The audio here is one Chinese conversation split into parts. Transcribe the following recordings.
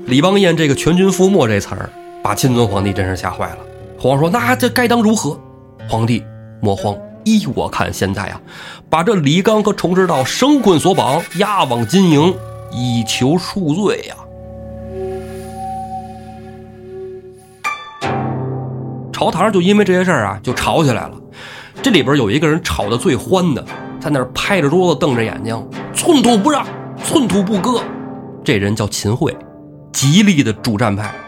李邦彦这个全军覆没这词儿，把钦宗皇帝真是吓坏了。皇上说：“那这该当如何？”皇帝莫慌，依我看，现在啊，把这李纲和崇之道绳捆索绑，押往金营，以求恕罪呀。朝堂上就因为这些事儿啊，就吵起来了。这里边有一个人吵得最欢的，在那儿拍着桌子瞪着眼睛，寸土不让，寸土不割。这人叫秦桧，极力的主战派。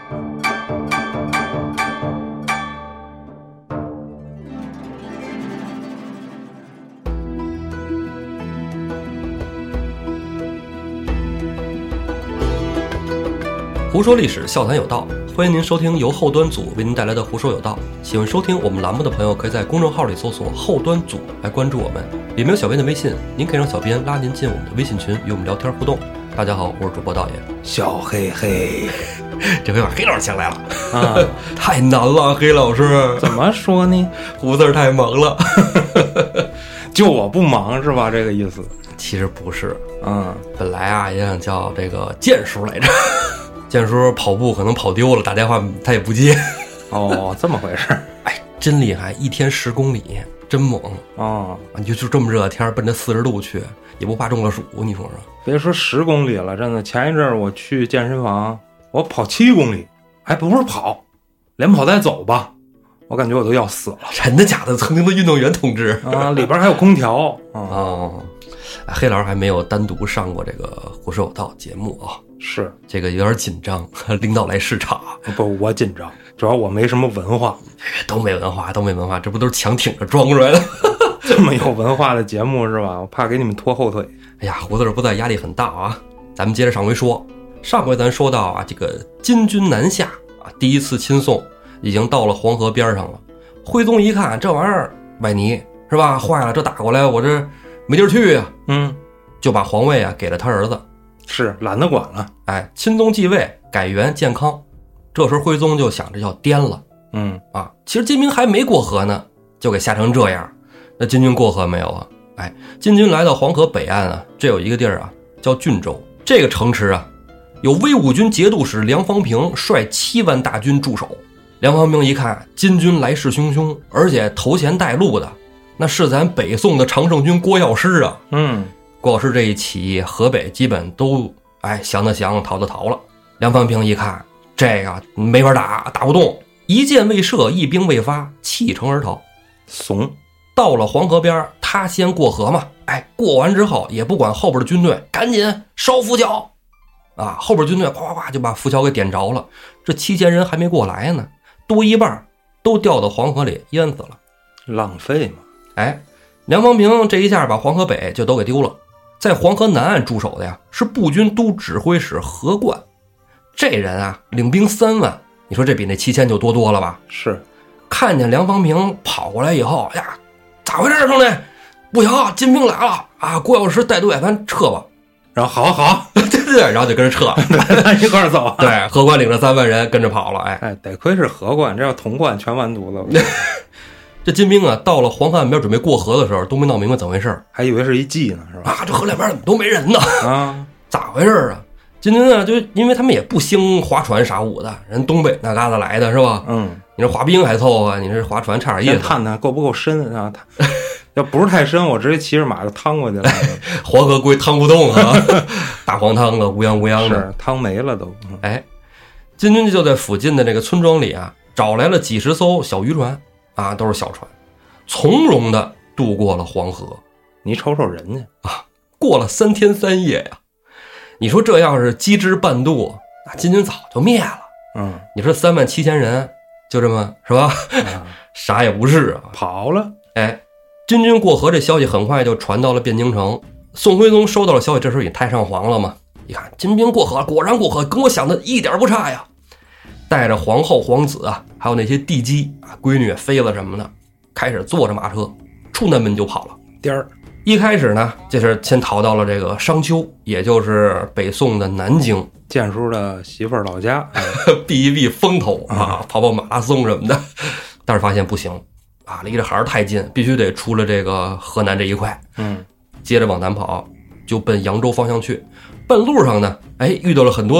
胡说历史，笑谈有道，欢迎您收听由后端组为您带来的胡说有道。喜欢收听我们栏目的朋友，可以在公众号里搜索后端组来关注我们，里面有小编的微信，您可以让小编拉您进我们的微信群，与我们聊天互动。大家好，我是主播道爷。 小黑黑， 这回把黑老师请来了啊！太难了，黑老师怎么说呢？ 胡字太忙了。 就我不忙是吧？这个意思？ 其实不是，本来啊也想叫这个剑叔来着。建叔跑步可能跑丢了，打电话他也不接。 哦，这么回事。 哎，真厉害，一天10公里，真猛哦！ 你就这么热天奔着40度去，也不怕中了暑，你说说？ 别说10公里了，真的。前一阵儿我去健身房，我跑7公里，还不是跑，连跑带走吧，我感觉我都要死了。 真的假的？曾经的运动员同志啊，里边还有空调哦。黑老师还没有单独上过这个胡说有道节目啊。 是这个有点紧张，领导来视察。 不，我紧张，主要我没什么文化。 都没文化，都没文化，这不都是强挺着装出来的？ 这么有文化的节目是吧？我怕给你们拖后腿。 哎呀，胡子不在，压力很大啊。咱们接着上回说，上回咱说到啊，这个金军南下啊，第一次亲送已经到了黄河边上了。徽宗一看这玩意儿崴泥是吧？坏了，这打过来我这没地儿去啊。就把皇位啊给了他儿子。 是懒得管了。 哎，钦宗继位，改元建康。这时候徽宗就想着要颠了。其实金兵还没过河呢，就给吓成这样。那金军过河没有啊？哎，金军来到黄河北岸啊，这有一个地儿啊，叫郡州。这个城池啊，有威武军节度使梁方平率7万大军驻守。梁方平一看金军来势汹汹，而且头前带路的，那是咱北宋的常胜军郭药师啊。郭药师这一起义，河北基本都降的降，逃的逃了。梁方平一看这个没法打，打不动，一箭未射，一兵未发，弃城而逃。 怂。到了黄河边，他先过河嘛。过完之后也不管后边的军队，赶紧烧浮桥啊！后边军队哗哗哗就把浮桥给点着了。这7000人还没过来呢，多一半都掉到黄河里淹死了， 浪费嘛。 梁方平这一下把黄河北就都给丢了。在黄河南岸驻守的呀，是步军都指挥使何冠。这人啊，领兵3万，你说这比那7000就多了吧？ 是。 看见梁方平跑过来以后呀，咋回事兄弟？不行，金兵来了啊！郭药师带队，咱撤吧。 然后好， 对，然后就跟着撤， 咱一块走。 对，何冠领着3万人跟着跑了。 得亏是何冠，这要童冠全完犊子了。 这金兵啊，到了黄河岸边准备过河的时候，都没闹明白怎么回事， 还以为是一计呢，是吧？ 这河两边怎么都没人呢？咋回事啊？金军啊，就因为他们也不兴划船啥舞的，人东北那旮沓来的是吧？你这滑冰还凑合，你这划船差点意思。 看看够不够深啊？要不是太深，我直接骑着马就趟过去了。 黄河归趟不动啊，大黄汤的乌泱乌泱的， 是汤没了都。 金军就在附近的这个村庄里啊，找来了几10艘小渔船啊，都是小船，从容的渡过了黄河。 你瞅瞅人家啊，过了3天3夜呀。你说这要是机智半渡，那金军早就灭了。你说37000人就这么是吧？啥也不是啊， 跑了。 金军过河这消息很快就传到了汴京城。宋徽宗收到了消息，这时候也太上皇了嘛，一看金兵过河，果然过河，跟我想的一点不差呀。带着皇后皇子啊，还有那些帝姬啊、闺女妃子什么的，开始坐着马车出南门就跑了。一开始呢，就是先逃到了这个商丘，也就是北宋的南京， 建叔的媳妇儿老家， 避一避风头啊，跑马拉松什么的。但是发现不行啊，离这还是太近，必须得出了这个河南这一块。接着往南跑，就奔扬州方向去。半路上呢，遇到了很多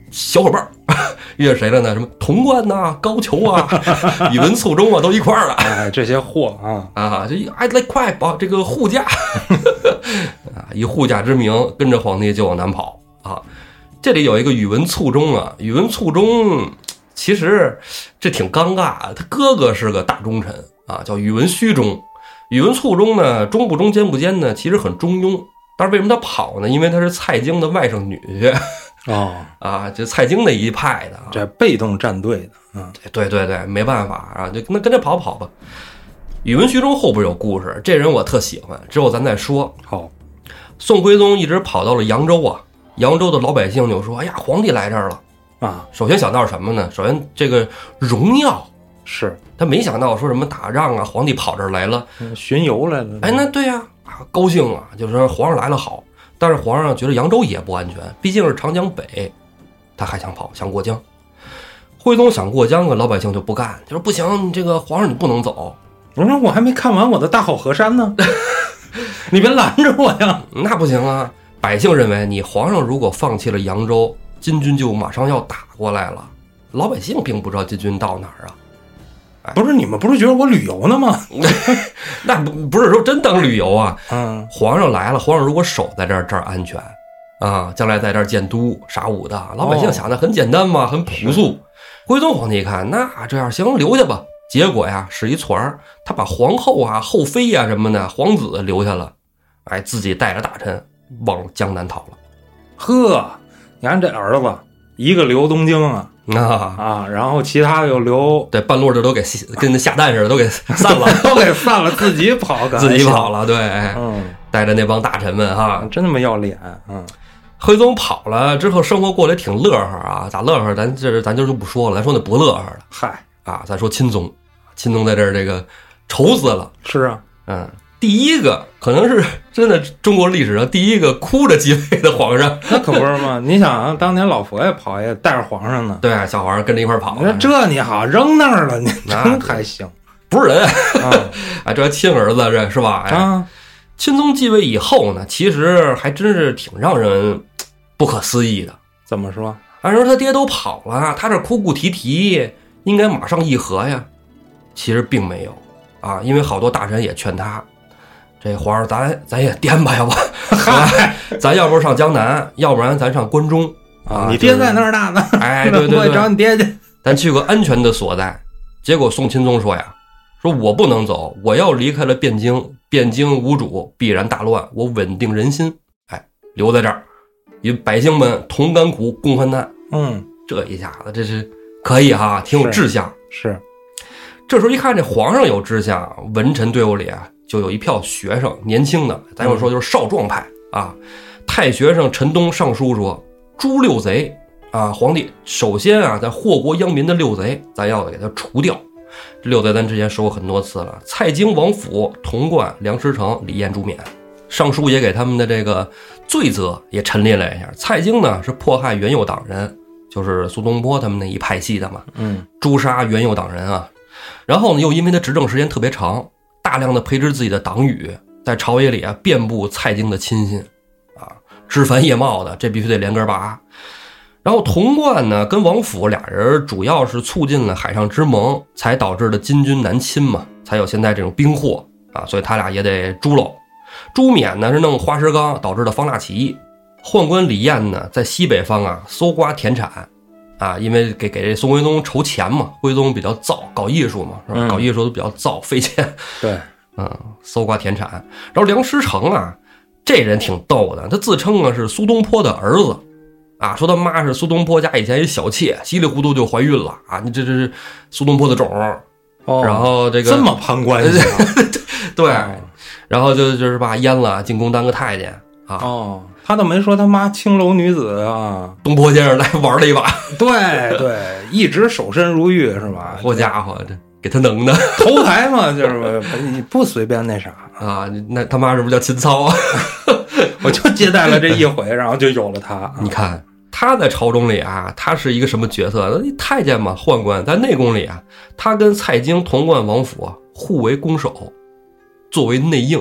小伙伴遇见谁了呢？什么童贯呐、高俅啊、宇文簇中啊，都一块儿了。 哎，这些货这来快把这个护驾以护驾之名跟着皇帝就往南跑啊。这里有一个宇文簇中啊，宇文簇中其实这挺尴尬，他哥哥是个大忠臣啊，叫宇文虚中。宇文簇中呢，忠不忠奸不奸呢，其实很中庸。但是为什么他跑呢？因为他是蔡京的外甥女这蔡京那一派的这被动站队的对，没办法啊，就那跟着跑吧。宇文虚中后边有故事，这人我特喜欢，之后咱再说。 好， 宋徽宗一直跑到了扬州啊，扬州的老百姓就说：“哎呀，皇帝来这儿了啊！”首先想到什么呢？首先这个荣耀， 是他没想到说什么打仗啊，皇帝跑这儿来了， 巡游来了。 哎，那对呀，高兴啊，就是说皇上来了好。但是皇上觉得扬州也不安全，毕竟是长江北，他还想跑，想过江。徽宗想过江，老百姓就不干，就说不行，这个皇上你不能走。 我说我还没看完我的大好河山呢，你别拦着我呀！ 那不行啊，百姓认为你皇上如果放弃了扬州，金军就马上要打过来了。老百姓并不知道金军到哪儿啊。 不是你们不是觉得我旅游呢吗？ 那不是说真当旅游啊。皇上来了，皇上如果守在这儿安全啊，将来在这儿建都啥武的，老百姓想的很简单嘛，很朴素。徽宗皇帝一看，那这样行，留下吧。结果呀，使一错儿，他把皇后啊、后妃啊什么的皇子留下了，哎，自己带着大臣往江南逃了。 呵，你看这儿子，一个留东京然后其他的又留， 对，半路这都给跟那下蛋似的都给散了， 都给散了，自己跑了，对，带着那帮大臣们真那么要脸。 徽宗跑了之后，生活过得挺乐呵啊，咋乐呵？咱今儿就不说了，咱说那不乐呵的。 嗨咱说钦宗在这儿这个愁死了。 是啊， 第一个可能是真的中国历史上第一个哭着继位的皇上， 那可不是吗？你想啊，当年老佛爷跑也带着皇上呢， 对，小皇上跟着一块跑。 你说这你好扔那儿了，你真还行， 不是人这亲儿子这是吧？钦宗继位以后呢，其实还真是挺让人不可思议的。 怎么说？ 按说他爹都跑了，他这哭哭啼啼，应该马上议和呀。其实并没有因为好多大臣也劝他，这皇上咱也颠吧，要不咱要不上江南，要不然咱上关中你爹在那儿大呢， 哎，对， 我找你爹去， 咱去个安全的所在。结果宋钦宗说我不能走，我要离开了汴京无主，必然大乱，我稳定人心，留在这儿，与百姓们同甘苦，共患难。这一下子这是可以挺有志向。 是。 这时候一看这皇上有志向，文臣队伍里就有一票学生，年轻的，咱有说就是少壮派太学生陈东上书说，诛六贼皇帝首先咱祸国殃民的六贼，咱要给他除掉。这六贼咱之前说过很多次了，蔡京、王府、童贯、梁师成、李彦、朱冕。上书也给他们的这个罪责也陈列了一下。蔡京呢是迫害元佑党人，就是苏东坡他们那一派系的嘛，诛杀元佑党人然后呢，又因为他执政时间特别长，大量的培植自己的党羽，在朝野里遍布蔡京的亲信枝繁叶茂的，这必须得连根拔。然后童贯呢跟王府俩人主要是促进了海上之盟，才导致的金军南侵嘛，才有现在这种兵祸所以他俩也得诛喽。朱冕呢是弄花石纲导致的方腊起义，宦官李彦呢在西北方搜刮田产因为给这宋徽宗筹钱嘛，徽宗比较造，搞艺术嘛，是吧？搞艺术都比较造，费钱。 对， 搜刮田产。然后梁师成这人挺逗的，他自称是苏东坡的儿子说他妈是苏东坡家以前一小妾，稀里糊涂就怀孕了你这是苏东坡的种然后这个这么攀关系对，然后就是把阉了，进宫当个太监他倒没说他妈青楼女子东坡先生来玩了一把。 对，一直守身如玉是吧？ 好家伙，这给他能的头台嘛，就是你不随便那啥那他妈是不是叫秦操我就接待了这一回，然后就有了他你看他在朝中里他是一个什么角色？太监嘛，宦官。在内宫里他跟蔡京、童贯、王府互为攻守，作为内应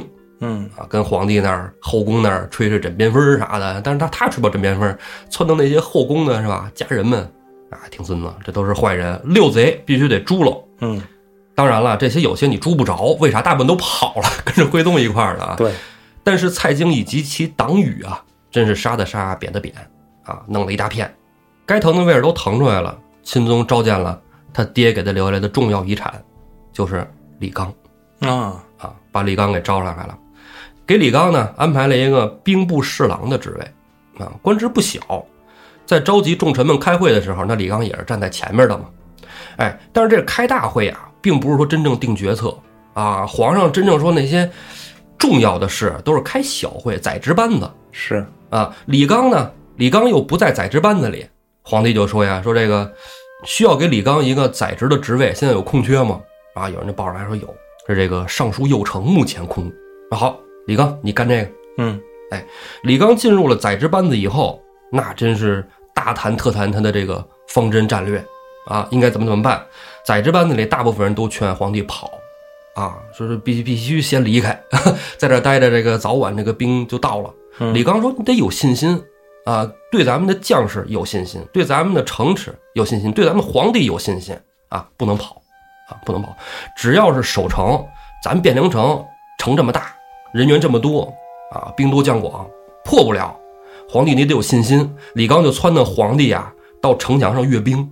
跟皇帝那儿后宫那儿吹枕边风啥的，但是他吹不枕边风，撺掇那些后宫的是吧家人们啊，挺孙子，这都是坏人，六贼必须得诛喽。当然了，这些有些你诛不着，为啥大部分都跑了，跟着徽宗一块儿的啊？ 对。但是蔡京以及其党羽啊，真是杀的杀，贬的贬啊，弄了一大片，该腾的位置都腾出来了。钦宗召见了他爹给他留下来的重要遗产，就是李纲把李纲给招上来了，给李纲呢安排了一个兵部侍郎的职位啊，官职不小。在召集重臣们开会的时候，那李纲也是站在前面的嘛。但是这个开大会啊，并不是说真正定决策啊，皇上真正说那些重要的事都是开小会，宰职班子是啊。李纲呢，李纲又不在宰职班子里，皇帝就说呀，说这个需要给李纲一个宰职的职位，现在有空缺吗？啊，有人就报上来说有，是这个尚书右丞目前空。好，李纲你干这个。李纲进入了宰职班子以后，那真是大谈特谈他的这个方针战略啊，应该怎么办。宰职班子里大部分人都劝皇帝跑啊，说是必须先离开，在这待着，这个早晚这个兵就到了。李纲说你得有信心啊，对咱们的将士有信心，对咱们的城池有信心，对咱们皇帝有信心啊，不能跑啊，不能跑。只要是守城，咱汴梁城这么大，人员这么多啊，兵多将广，破不了。皇帝你得有信心。李纲就撺掇皇帝啊到城墙上阅兵。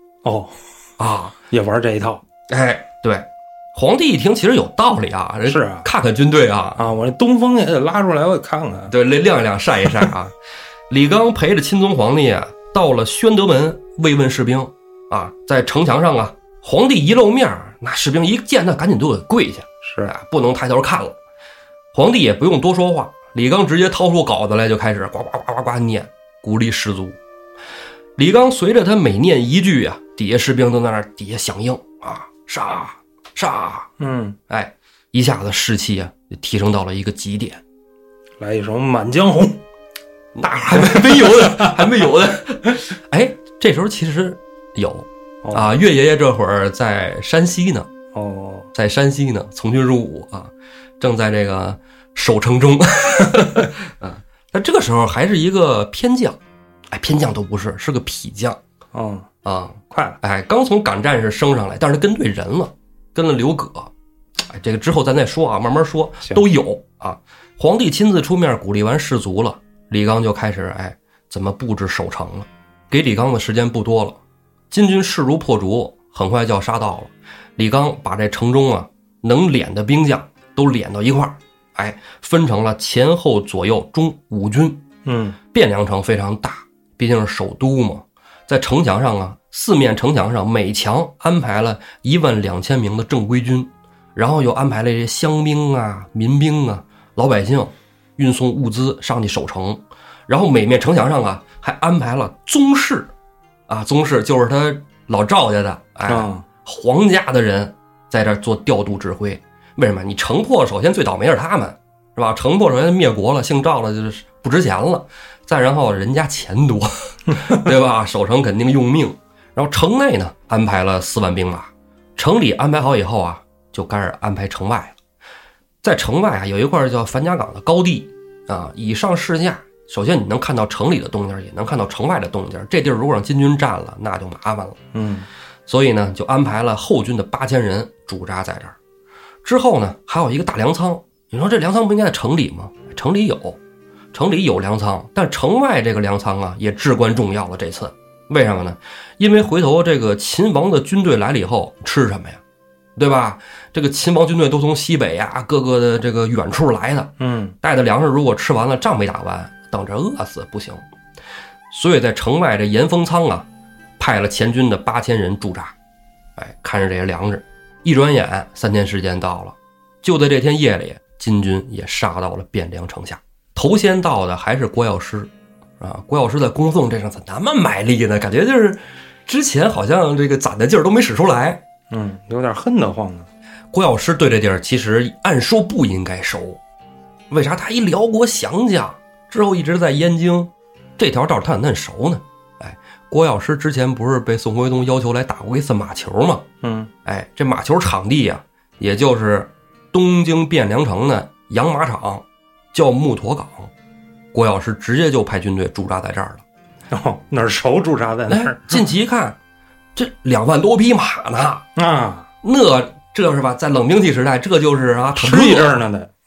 也玩这一套。 对，皇帝一听其实有道理啊， 是啊， 看看军队啊， 我这东风也得拉出来，我得看看， 对，亮一亮，晒一晒啊。李纲陪着钦宗皇帝啊，到了宣德门慰问士兵啊，在城墙上啊，皇帝一露面，那士兵一见他赶紧都得跪下， 是啊， 不能抬头看了。皇帝也不用多说话，李纲直接掏出稿子来就开始呱呱呱呱呱念，鼓励士卒。李纲随着他每念一句啊，底下士兵都在那底下响应啊，杀杀，一下子士气啊就提升到了一个极点。 来一首《满江红》， 那还没有的，还没有的。这时候其实有啊，岳爷爷这会儿在山西呢，在山西呢，从军入伍啊，正在这个守城中但这个时候还是一个偏将，偏将都不是，是个痞将。 快了， 刚从赶战士升上来，但是他跟对人了，跟了刘葛。这个之后咱再说啊，慢慢说，都有啊。皇帝亲自出面鼓励完士卒了，李纲就开始怎么布置守城了。给李纲的时间不多了，金军势如破竹，很快就要杀到了。李纲把这城中啊能敛的兵将都敛到一块儿，分成了前后左右中5军。汴梁城非常大，毕竟是首都嘛，在城墙上啊，四面城墙上每墙安排了12000名的正规军，然后又安排了这些乡兵啊、民兵啊、老百姓运送物资上去守城。然后每面城墙上啊还安排了宗室啊，宗室就是他老赵家的皇家的人在这做调度指挥。为什么？你城破首先最倒霉是他们，是吧？城破首先灭国了，姓赵了就是不值钱了，再然后人家钱多对吧？守城肯定用命。然后城内呢安排了4万兵马，城里安排好以后啊，就开始安排城外了。在城外啊有一块叫樊家岗的高地啊，以上视下，首先你能看到城里的动静，也能看到城外的动静。这地儿如果让金军占了，那就麻烦了。所以呢就安排了后军的8000人驻扎在这儿。之后呢还有一个大粮仓，你说这粮仓不应该在城里吗？城里有粮仓，但城外这个粮仓啊也至关重要了。这次为什么呢？因为回头这个秦王的军队来了以后吃什么呀，对吧？这个秦王军队都从西北呀各个的这个远处来的，带的粮食如果吃完了，仗没打完，等着饿死不行。所以在城外这盐丰仓啊派了前军的8000人驻扎，看着这些粮食。一转眼3天时间到了，就在这天夜里，金军也杀到了汴梁城下。头先到的还是郭药师啊，郭药师在供奉这上怎那么卖力呢？感觉就是之前好像这个攒的劲儿都没使出来， 有点恨得慌呢。 郭药师对这地儿其实按说不应该熟，为啥他一辽国降将之后一直在燕京，这条道他怎么那么熟呢？郭药师之前不是被宋徽宗要求来打过一次马球吗？这马球场地啊，也就是东京汴梁城的养马场，叫木沱岗。郭药师直接就派军队驻扎在这儿了。 哦，哪儿熟驻扎在那儿？ 进去一看，这2万多匹马呢啊！那这是吧？在冷兵器时代，这就是啊， 吃一阵呢得。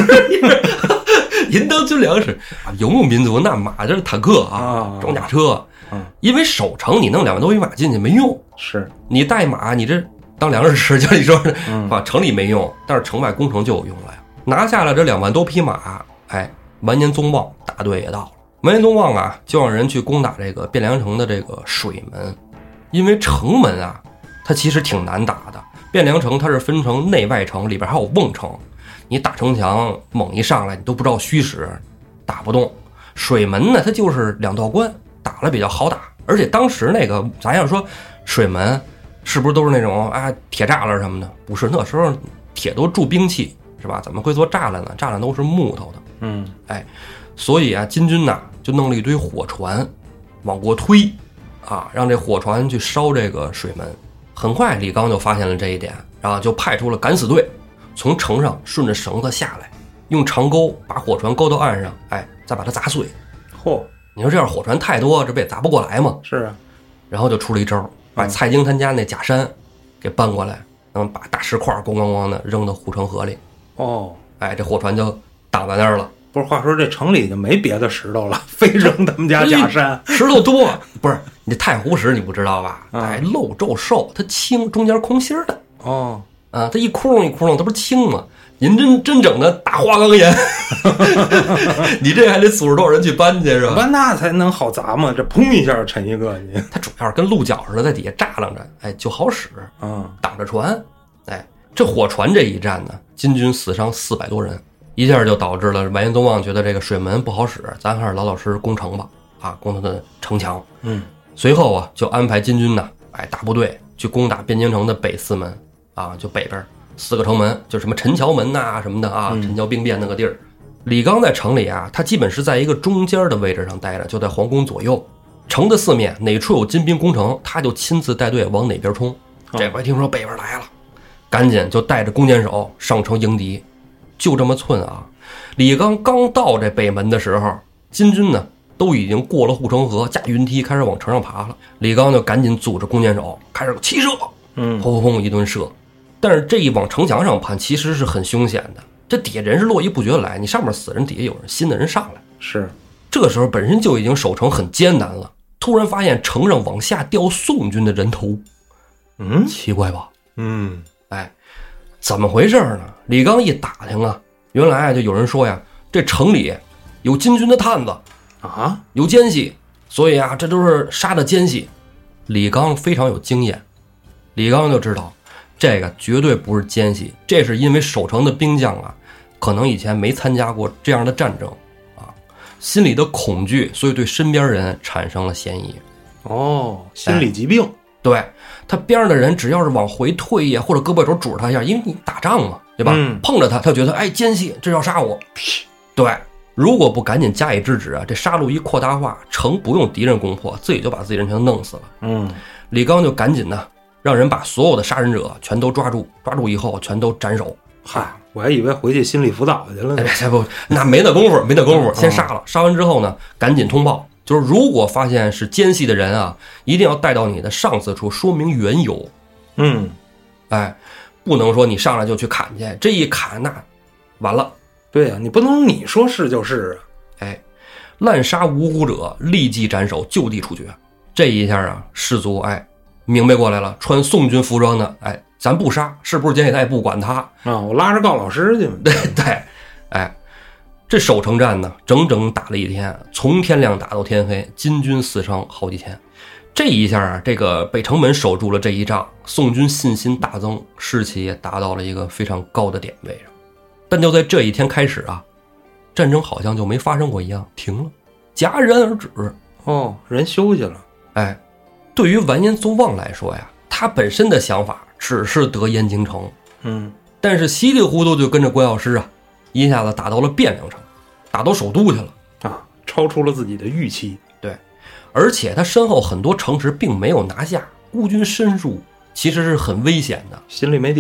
人当军粮食啊，游牧民族那马就是坦克啊，装甲车。因为守城你弄2万多匹马进去没用， 是你带马你这当粮食吃，就你说啊，城里没用，但是城外攻城就有用了呀。拿下了这2万多匹马，哎，完颜宗望大队也到了。完颜宗望啊，就让人去攻打这个汴梁城的这个水门，因为城门啊，它其实挺难打的。汴梁城它是分成内外城，里边还有瓮城，你打城墙猛一上来，你都不知道虚实，打不动。水门呢，它就是2道关，打了比较好打。而且当时那个咱要说水门是不是都是那种啊铁栅栏什么的？不是，那时候铁都铸兵器是吧？怎么会做栅栏呢？栅栏都是木头的。哎，所以啊，金军呐就弄了一堆火船往过推啊，让这火船去烧这个水门。很快李纲就发现了这一点，然后就派出了敢死队，从城上顺着绳子下来，用长钩把火船勾到岸上，哎，再把它砸碎。 嚯！ 你说这样火船太多，这不也砸不过来吗？ 是啊。 然后就出了一招，把蔡京他家那假山给搬过来，把大石块咣咣咣的扔到护城河里。 哦， 哎，这火船就挡在那儿了。 不是，话说这城里就没别的石头了，非扔他们家假山。 石头多，不是你太湖石你不知道吧？哎，露皱瘦，它轻，中间空心的。 哦， 啊，它一窟窿一窟窿，它不是轻吗？您真整的大花岗岩，你这还得组织多少人去搬去是吧？ 搬那才能好砸嘛，这砰一下沉一个你。 它主要是跟鹿角似的，在底下扎楞着，哎，就好使。挡着船。哎，这火船这一战呢，金军死伤400多人，一下就导致了完颜宗望觉得这个水门不好使，咱还是老老实实攻城吧，啊，攻他的城墙。随后啊，就安排金军呢，哎，大部队去攻打汴京城的北4门，啊，就北边4个城门，就什么陈桥门呐什么的啊，陈桥兵变那个地儿。李纲在城里啊，他基本是在一个中间的位置上待着，就在皇宫左右。城的4面哪处有金兵攻城，他就亲自带队往哪边冲。这回听说北边来了，赶紧就带着弓箭手上城迎敌。就这么寸啊，李纲刚到这北门的时候，金军呢都已经过了护城河，架云梯开始往城上爬了。李纲就赶紧组织弓箭手开始齐射，轰轰轰一顿射。但是这一往城墙上攀，其实是很凶险的。这底下人是络绎不绝的来，你上面死人，底下有人新的人上来。 是， 这个时候本身就已经守城很艰难了，突然发现城上往下掉宋军的人头，奇怪吧？哎，怎么回事呢？李纲一打听啊，原来啊就有人说呀，这城里有金军的探子啊，有奸细，所以啊这都是杀的奸细。李纲非常有经验，李纲就知道。这个绝对不是奸细，这是因为守城的兵将啊，可能以前没参加过这样的战争啊，心里的恐惧，所以对身边人产生了嫌疑。 哦，心理疾病。 对，他边上的人只要是往回退呀，或者胳膊肘拄着他一下，因为你打仗嘛，对吧？碰着他，他觉得哎奸细，这要杀我。对，如果不赶紧加以制止啊，这杀戮一扩大化，城不用敌人攻破，自己就把自己人全弄死了。李纲就赶紧呢。让人把所有的杀人者全都抓住，抓住以后全都斩首。 嗨，我还以为回去心理辅导去了呢。 哎，不，那没那功夫，先杀了。杀完之后呢，赶紧通报，就是如果发现是奸细的人啊，一定要带到你的上司处说明缘由。哎，不能说你上来就去砍去，这一砍那完了。 对啊，你不能你说是就是啊。 哎，滥杀无辜者立即斩首，就地处决。这一下啊，士卒明白过来了，穿宋军服装的，哎，咱不杀，是不是奸细咱也不管他啊，我拉着告老师去。 对，哎，这守城战呢，整整打了一天，从天亮打到天黑，金军死伤好几千。这一下啊，这个北城门守住了这一仗，宋军信心大增，士气也达到了一个非常高的点位上。但就在这一天开始啊，战争好像就没发生过一样，停了，戛然而止。 哦，人休息了。 哎。对于完颜宗望来说呀，他本身的想法只是得燕京城，但是稀里糊涂就跟着郭药师啊，一下子打到了汴梁城，打到首都去了啊，超出了自己的预期。 对，而且他身后很多城池并没有拿下，孤军深入，其实是很危险的， 心里没底儿。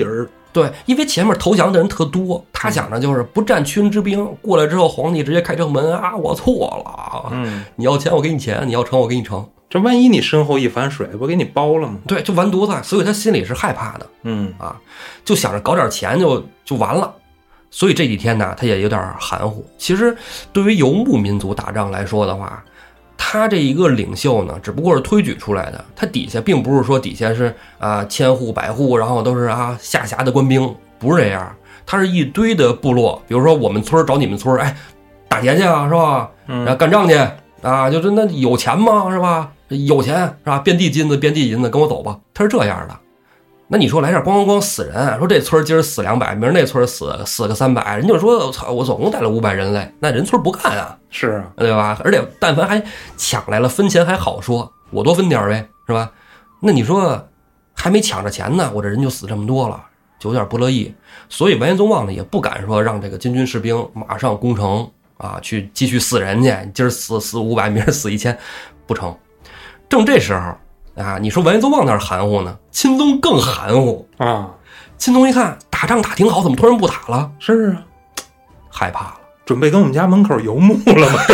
对，因为前面投降的人特多，他想着就是不占群之兵，过来之后皇帝直接开城门啊，我错了，你要钱我给你钱，你要城我给你城。 这万一你身后一反水，不给你包了吗？ 对，就完犊子，所以他心里是害怕的，就想着搞点钱就完了。所以这几天呢，他也有点含糊。其实对于游牧民族打仗来说的话，他这一个领袖呢，只不过是推举出来的，他底下并不是说底下是千户百户，然后都是下辖的官兵，不是这样。他是一堆的部落，比如说我们村找你们村，哎，打劫去啊，是吧？然后干仗去啊，就是那有钱吗？是吧？有钱是吧？遍地金子，遍地银子，跟我走吧。他是这样的。那你说来这咣死人，说这村今儿死200，明儿那村死个300，人就说操，我总共带了500人来，那人村不干啊， 是啊， 对吧？而且但凡还抢来了分钱还好说，我多分点呗，是吧？那你说还没抢着钱呢，我这人就死这么多了，就有点不乐意。所以完颜宗望呢也不敢说让这个金军士兵马上攻城啊，去继续死人去，今儿死500，明儿死1000，不成。正这时候你说完颜宗望那儿含糊呢，钦宗更含糊啊！ 钦宗一看打仗打挺好，怎么突然不打了？ 是啊， 害怕了， 准备跟我们家门口游牧了吗？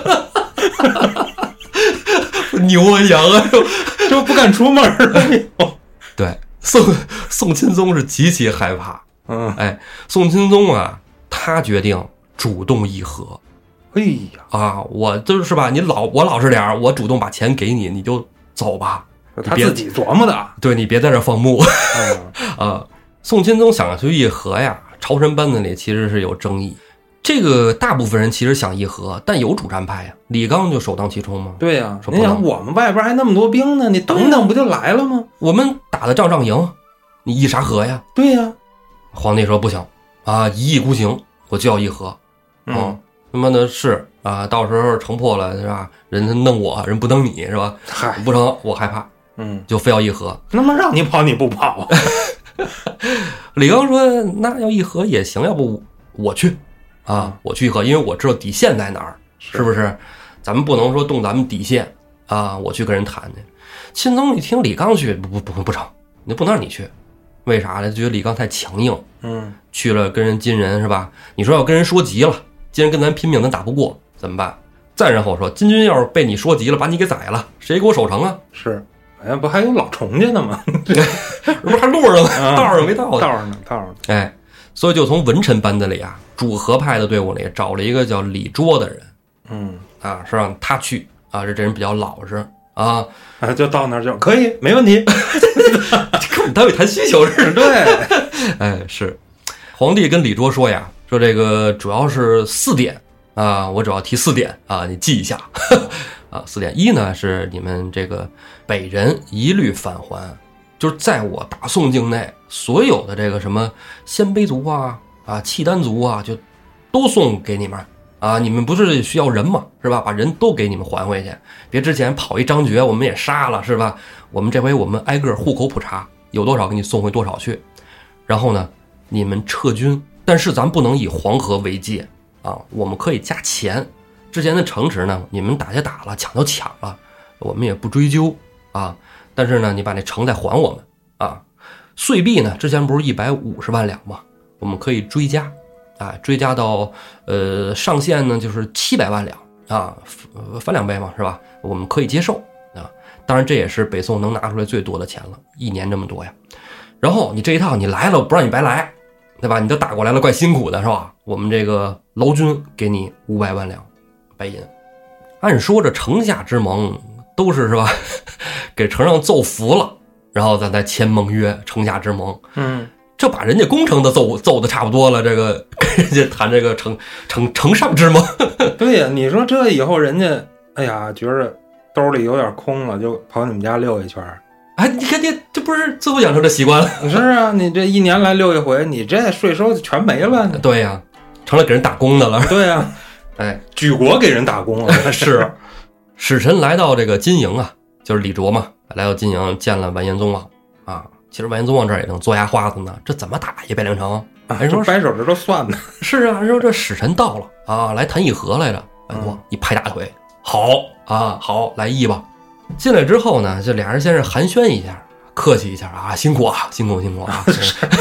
牛啊羊啊， 就不敢出门了。 对，宋钦宗是极其害怕。宋钦宗他决定主动议和。 哎呀我就是吧，我老实点，我主动把钱给你，你就走吧。 他自己琢磨的， 对，你别在这放牧。宋钦宗想去议和呀，朝臣班子里其实是有争议。这个大部分人其实想议和，但有主战派呀，李纲就首当其冲嘛。 对呀，你想我们外边还那么多兵呢，你等等不就来了吗？ 我们打的仗赢，你议啥和呀？ 对呀。 皇帝说不行一意孤行，我就要议和。他妈的是到时候城破了是吧？人家弄我，人不弄你是吧？不成，我害怕。就非要议和。 那么让你跑你不跑？ 李纲说那要议和也行，要不我去我去议和，因为我知道底线在哪儿，是不是？咱们不能说动咱们底线我去跟人谈去。钦宗一听李纲去不成，你不能让你去，为啥呢？觉得李纲太强硬。去了跟人金人是吧？你说要跟人说急了，金人跟咱拼命，咱打不过怎么办？再然后说金军要是被你说急了，把你给宰了，谁给我守城啊？ 是，不还有老崇家呢吗？ 不是还路上呢，道上没到呢， 道上呢。 所以就从文臣班子里主和派的队伍里找了一个叫李卓的人，是让他去这人比较老实就到那儿就可以，没问题。 跟我们单位谈需求似的。 对， 是。皇帝跟李卓说呀，说这个主要是4点我主要提4点你记一下。4点，一呢是你们这个北人一律返还，就是在我大宋境内所有的这个什么鲜卑族契丹族就都送给你们你们不是需要人吗？是吧？把人都给你们还回去，别之前跑一张觉我们也杀了是吧？我们这回我们挨个户口普查，有多少给你送回多少去。然后呢，你们撤军，但是咱不能以黄河为界我们可以加钱。之前的城池呢，你们打就打了，抢就抢了，我们也不追究但是呢，你把那城再还我们税币呢，之前不是150万两吗？我们可以追加追加到上限呢就是700万两翻2倍嘛，是吧？我们可以接受当然这也是北宋能拿出来最多的钱了，1年这么多呀。然后你这一套你来了，不让你白来，对吧？你都打过来了，怪辛苦的是吧？我们这个劳军给你500万两白银。按说这城下之盟都是吧，给城上奏服了，然后咱再签盟约，城下之盟。这把人家攻城的奏的差不多了，这个跟人家谈这个城上之盟。 对呀，你说这以后人家觉着兜里有点空了，就跑你们家溜一圈。 你看这不是最后养成的习惯了？ 是啊，你这1年来溜一回，你这税收就全没了。 对呀，成了给人打工的了。 对呀，举国给人打工了。 是，使臣来到这个金营就是李卓嘛，来到金营见了完颜宗望其实完颜宗望这儿也能嘬牙花子呢，这怎么打呀？汴梁城人说掰手指头算呢。 是人说这使臣到了来谈议和来着。一拍大腿，好好来议吧。进来之后呢，这俩人先是寒暄一下，客气一下辛苦辛苦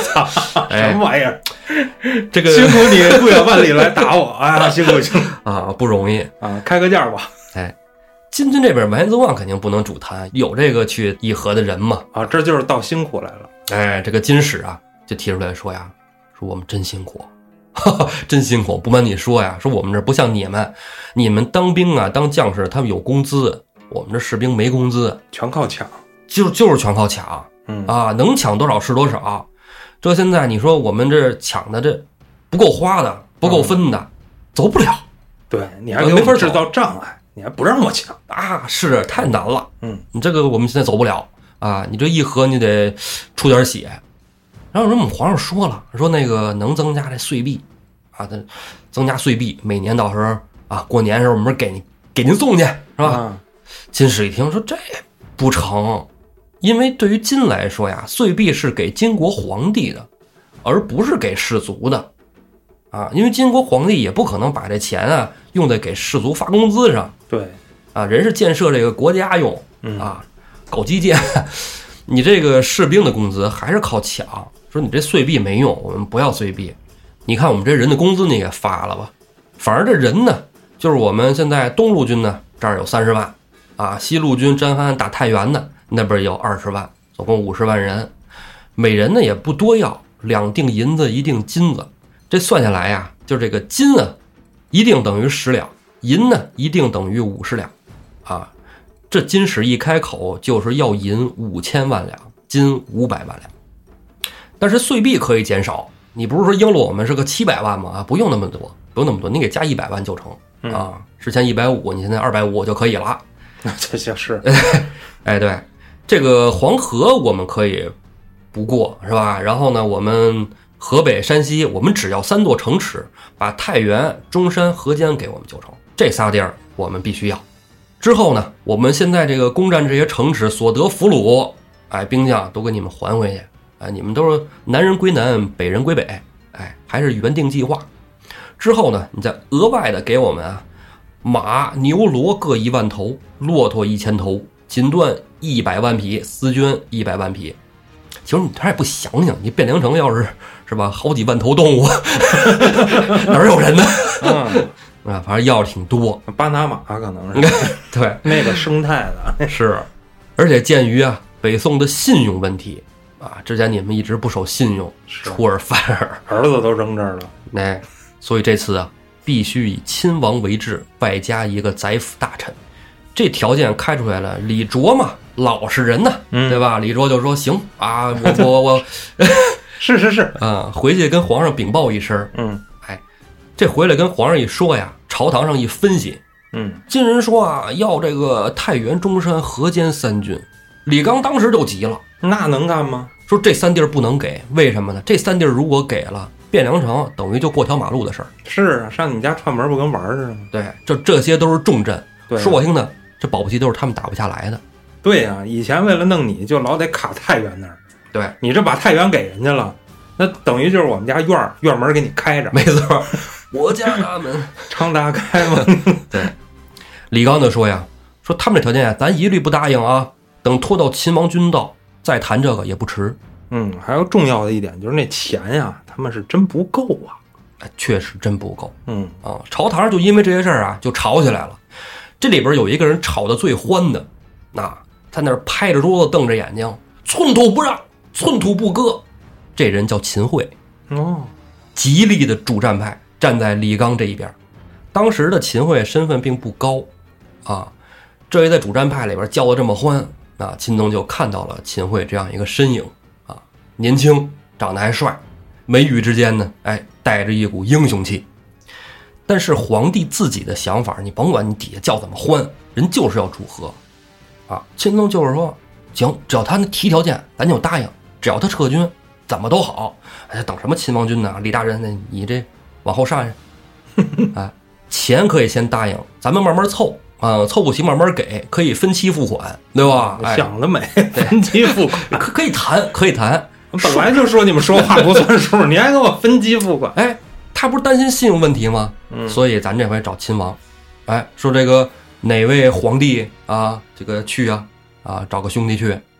操，什么玩意儿？ 这个辛苦你不远万里来打我啊！辛苦辛苦啊，不容易啊！开个价吧。 哎，金军这边完颜宗望肯定不能主谈，有这个去议和的人嘛。 啊，这就是倒辛苦来了。 哎，这个金使啊，就提出来说呀，说我们真辛苦。真辛苦，不瞒你说呀，说我们这不像你们当兵啊当将士他们有工资，我们这士兵没工资， 全靠抢， 就是全靠抢，啊，能抢多少是多少。这现在你说我们这抢的这不够花的，不够分的，走不了。 对，你还给我制造障碍，你还不让我抢啊，是太难了。你这个我们现在走不了啊，你这议和你得出点血。然后我们皇上说了，说那个能增加这岁币啊，增加岁币，每年到时候啊过年的时候我们给您送去，是吧？金使一听说这不成，因为对于金来说呀，岁币是给金国皇帝的，而不是给士族的啊，因为金国皇帝也不可能把这钱啊用在给士族发工资上。 对啊，人是建设这个国家用啊，搞基建，你这个士兵的工资还是靠抢。说你这岁币没用，我们不要岁币。你看我们这人的工资你给发了吧。反而这人呢，就是我们现在东路军呢这儿有30万啊，西路军詹憨打太原的那边有20万，总共50万人。每人呢也不多要，2锭银子1锭金子，这算下来呀，就这个金啊1锭等于10两，银呢1锭等于50两啊。这金使一开口就是要银5000万两，金500万两。但是岁币可以减少，你不是说应了我们是个700万吗？啊，不用那么多，不用那么多，你给加100万就成啊。之前150，你现在250就可以了。 这些是， 哎，对，这个黄河我们可以不过，是吧？然后呢，我们河北、山西，我们只要3座城池，把太原、中山、河间给我们就成，这仨地儿我们必须要。之后呢，我们现在这个攻占这些城池所得俘虏，哎，兵将都给你们还回去。哎，你们都是南人归南，北人归北，哎，还是原定计划。之后呢，你再额外的给我们啊，马、牛、骡各1万头，骆驼1000头，锦缎100万匹，丝绢100万匹。其实你这也不想想，你汴梁城要是吧，好几万头动物，哪有人呢？啊，反正要是挺多。 巴拿马可能是对那个生态的是，而且鉴于啊北宋的信用问题。啊，之前你们一直不守信用，出尔反尔， 儿子都扔这儿了。 哎，所以这次啊，必须以亲王为质，外加一个宰辅大臣。这条件开出来了，李卓嘛，老实人呢，对吧？李卓就说行啊，我是啊，回去跟皇上禀报一声。哎，这回来跟皇上一说呀，朝堂上一分析，金人说啊，要这个太原、中山、河间3郡。李纲当时就急了。 那能干吗？ 说这3地儿不能给，为什么呢？这3地儿如果给了，汴梁城等于就过条马路的事儿。 是啊，上你家串门不跟玩似的吗？ 对，这些都是重镇。 对， 说我听的，这保不齐都是他们打不下来的。 对呀，以前为了弄你就老得卡太原那儿。 对， 你这把太原给人家了，那等于就是我们家院门给你开着。 没错，我家大门常打开吗？ 对，李纲就说呀，说他们这条件呀，咱一律不答应啊。等拖到秦王军到，再谈这个也不迟。 还有重要的一点就是那钱呀，他们是真不够啊。 确实真不够。朝堂上就因为这些事儿啊，就吵起来了。这里边有一个人吵得最欢的，在那儿拍着桌子瞪着眼睛，寸土不让，寸土不割。这人叫秦桧，极力的主战派，站在李纲这一边。当时的秦桧身份并不高啊，这也在主战派里边叫得这么欢。秦宗就看到了秦桧这样一个身影啊，年轻，长得还帅，眉宇之间呢，哎，带着一股英雄气。但是皇帝自己的想法，你甭管你底下叫怎么欢，人就是要主和啊。秦宗就是说，行，只要他提条件，咱就答应，只要他撤军，怎么都好。哎，等什么秦王军呢？李大人，你这往后上啊，钱可以先答应，咱们慢慢凑。凑不齐慢慢给，可以分期付款，对吧？ 想得美，分期付款可以谈。 本来就说你们说话不算数，你还给我分期付款。 哎，他不是担心信用问题吗？所以咱这回找亲王，哎，说这个哪位皇帝啊，这个去啊，找个兄弟去。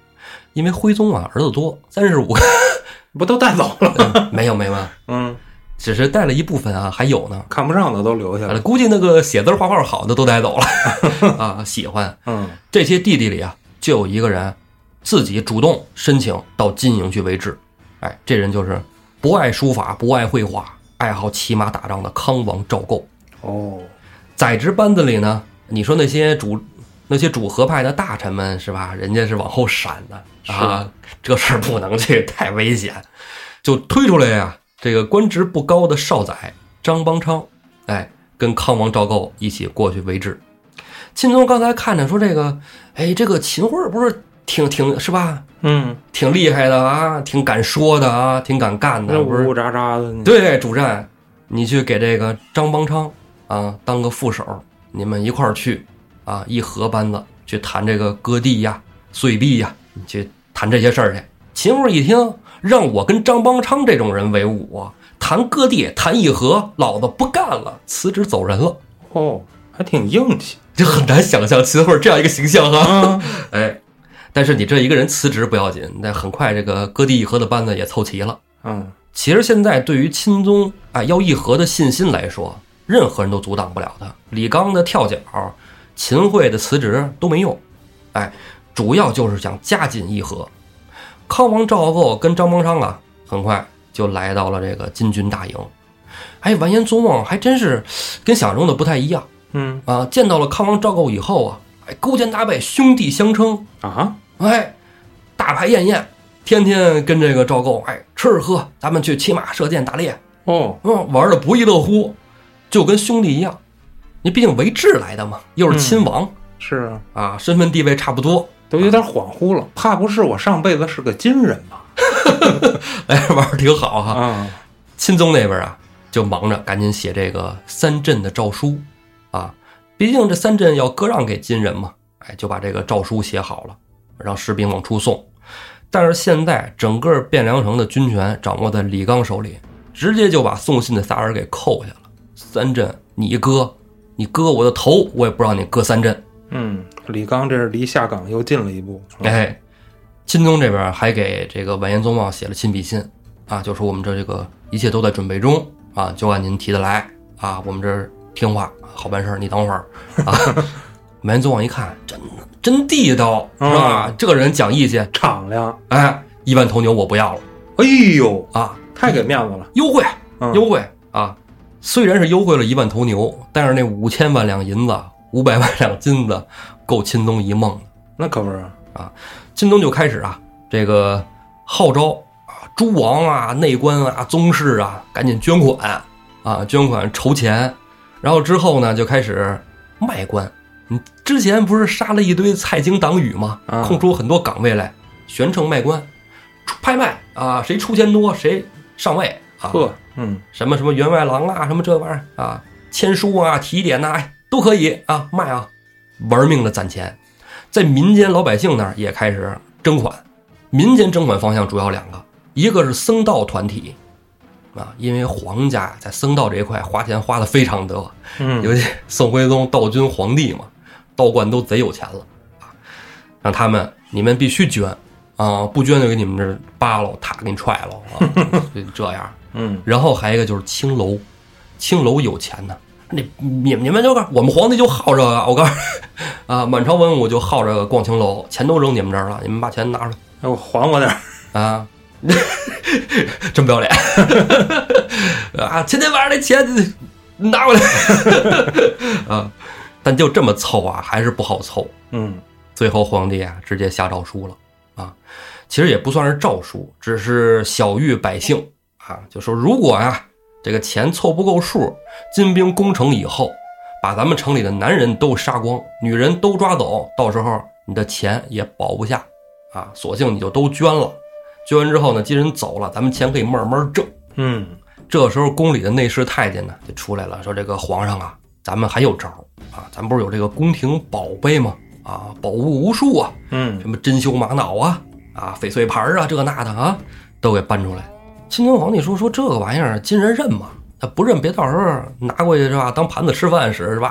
因为徽宗啊儿子多，35个， 不都带走了？ 没有，只是带了一部分啊，还有呢， 看不上的都留下了。 估计那个写字画画好的都带走了啊，喜欢。这些弟弟里啊，就有一个人自己主动申请到金营去为质。哎，这人就是不爱书法、不爱绘画，爱好骑马打仗的康王赵构。在职班子里呢，你说那些主和派的大臣们是吧？人家是往后闪的啊，这事儿不能去，太危险，就推出来呀。这个官职不高的少宰张邦昌，哎，跟康王赵构一起过去为质。钦宗刚才看着说这个，哎，这个秦桧不是挺是吧？挺厉害的啊，挺敢说的啊，挺敢干的， 呜呜喳喳的。 对，主战，你去给这个张邦昌啊当个副手，你们一块儿去啊，一合班子去谈这个割地呀、岁币呀，你去谈这些事儿去。秦桧一听，让我跟张邦昌这种人为伍，谈割地、谈议和，老子不干了，辞职走人了。 还挺硬气， 这很难想象秦桧这样一个形象哈。哎，但是你这一个人辞职不要紧，那很快这个割地议和的班子也凑齐了。其实现在对于钦宗啊要议和的信心来说，任何人都阻挡不了他。李纲的跳脚，秦桧的辞职都没用。哎，主要就是想加紧议和。康王赵构跟张邦昌啊，很快就来到了这个金军大营。哎，完颜宗望还真是跟想中的不太一样。见到了康王赵构以后啊，哎，勾肩搭背，兄弟相称啊，哎，大排宴宴，天天跟这个赵构，哎，吃喝，咱们去骑马射箭打猎，玩的不亦乐乎，就跟兄弟一样。你毕竟为质来的嘛，又是亲王， 是啊，身份地位差不多。 都有点恍惚了，怕不是我上辈子是个金人吧？ 哎，玩的挺好哈。钦宗那边啊，就忙着赶紧写这个三镇的诏书啊，毕竟这三镇要割让给金人嘛，哎，就把这个诏书写好了，让士兵往出送。但是现在整个汴梁城的军权掌握在李纲手里，直接就把送信的仨人给扣下了。三镇你割我的头，我也不让你割三镇。 李纲这是离下岗又近了一步。 哎，钦宗这边还给这个完颜宗望写了亲笔信啊，就说我们这个一切都在准备中啊，就按您提的来啊，我们这听话好办事，你等会儿啊。完颜宗望一看，真地道是吧？这个人讲义气敞亮。 哎，1万头牛我不要了。 哎呦啊，太给面子了， 优惠啊！虽然是优惠了1万头牛，但是那5000万两银子、500万两金子，够钦宗一梦的。 那可不是啊！钦宗就开始啊，这个号召啊，诸王啊、内官啊、宗室啊，赶紧捐款啊，捐款筹钱。然后之后呢，就开始卖官。你之前不是杀了一堆蔡京党羽吗？空出很多岗位来，悬称卖官，拍卖啊，谁出钱多谁上位啊。什么员外郎啊，什么这玩意儿啊，签书啊、提点呐，都可以啊，卖啊，玩命的攒钱。在民间老百姓那儿也开始征款，民间征款方向主要2个，一个是僧道团体啊，因为皇家在僧道这一块花钱花的非常多，尤其宋徽宗道君皇帝嘛，道观都贼有钱了啊，让他们你们必须捐啊，不捐就给你们这扒了，塔给你踹了啊，就这样。然后还有一个就是青楼，青楼有钱呢。你们就我们皇帝就好这个，我告诉你啊，满朝文武就好这个逛青楼，钱都扔你们这儿了，你们把钱拿出来， 我还我点啊，真不要脸啊！前天晚上那钱拿过来啊，但就这么凑啊，还是不好凑。最后皇帝啊，直接下诏书了啊，其实也不算是诏书，只是晓谕百姓啊，就说如果啊。这个钱凑不够数，金兵攻城以后，把咱们城里的男人都杀光，女人都抓走，到时候你的钱也保不下啊，索性你就都捐了。捐完之后呢，金人走了，咱们钱可以慢慢挣。这时候宫里的内侍太监呢就出来了，说这个皇上啊，咱们还有招啊，咱不是有这个宫廷宝贝吗？啊，宝物无数啊，什么珍馐玛瑙啊，翡翠盘啊，这那的啊，都给搬出来。钦宗皇帝说这个玩意儿金人认吗？他不认别到时候拿过去是吧，当盘子吃饭使是吧？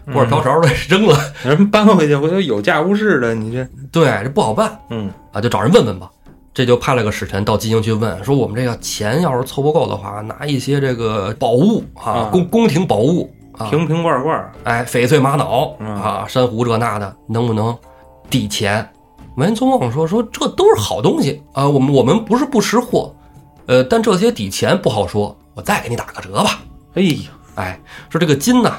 锅瓢勺的扔了， 人搬回去回头有价无市的，你这对这不好办。就找人问问吧。这就派了个使臣到金营去问，说我们这个钱要是凑不够的话，拿一些这个宝物啊，宫廷宝物啊， 瓶瓶罐罐， 翡翠玛瑙啊，珊瑚这那的，能不能抵钱？文宗望说这都是好东西啊，我们不是不识货，但这些抵钱不好说，我再给你打个折吧。说这个金呢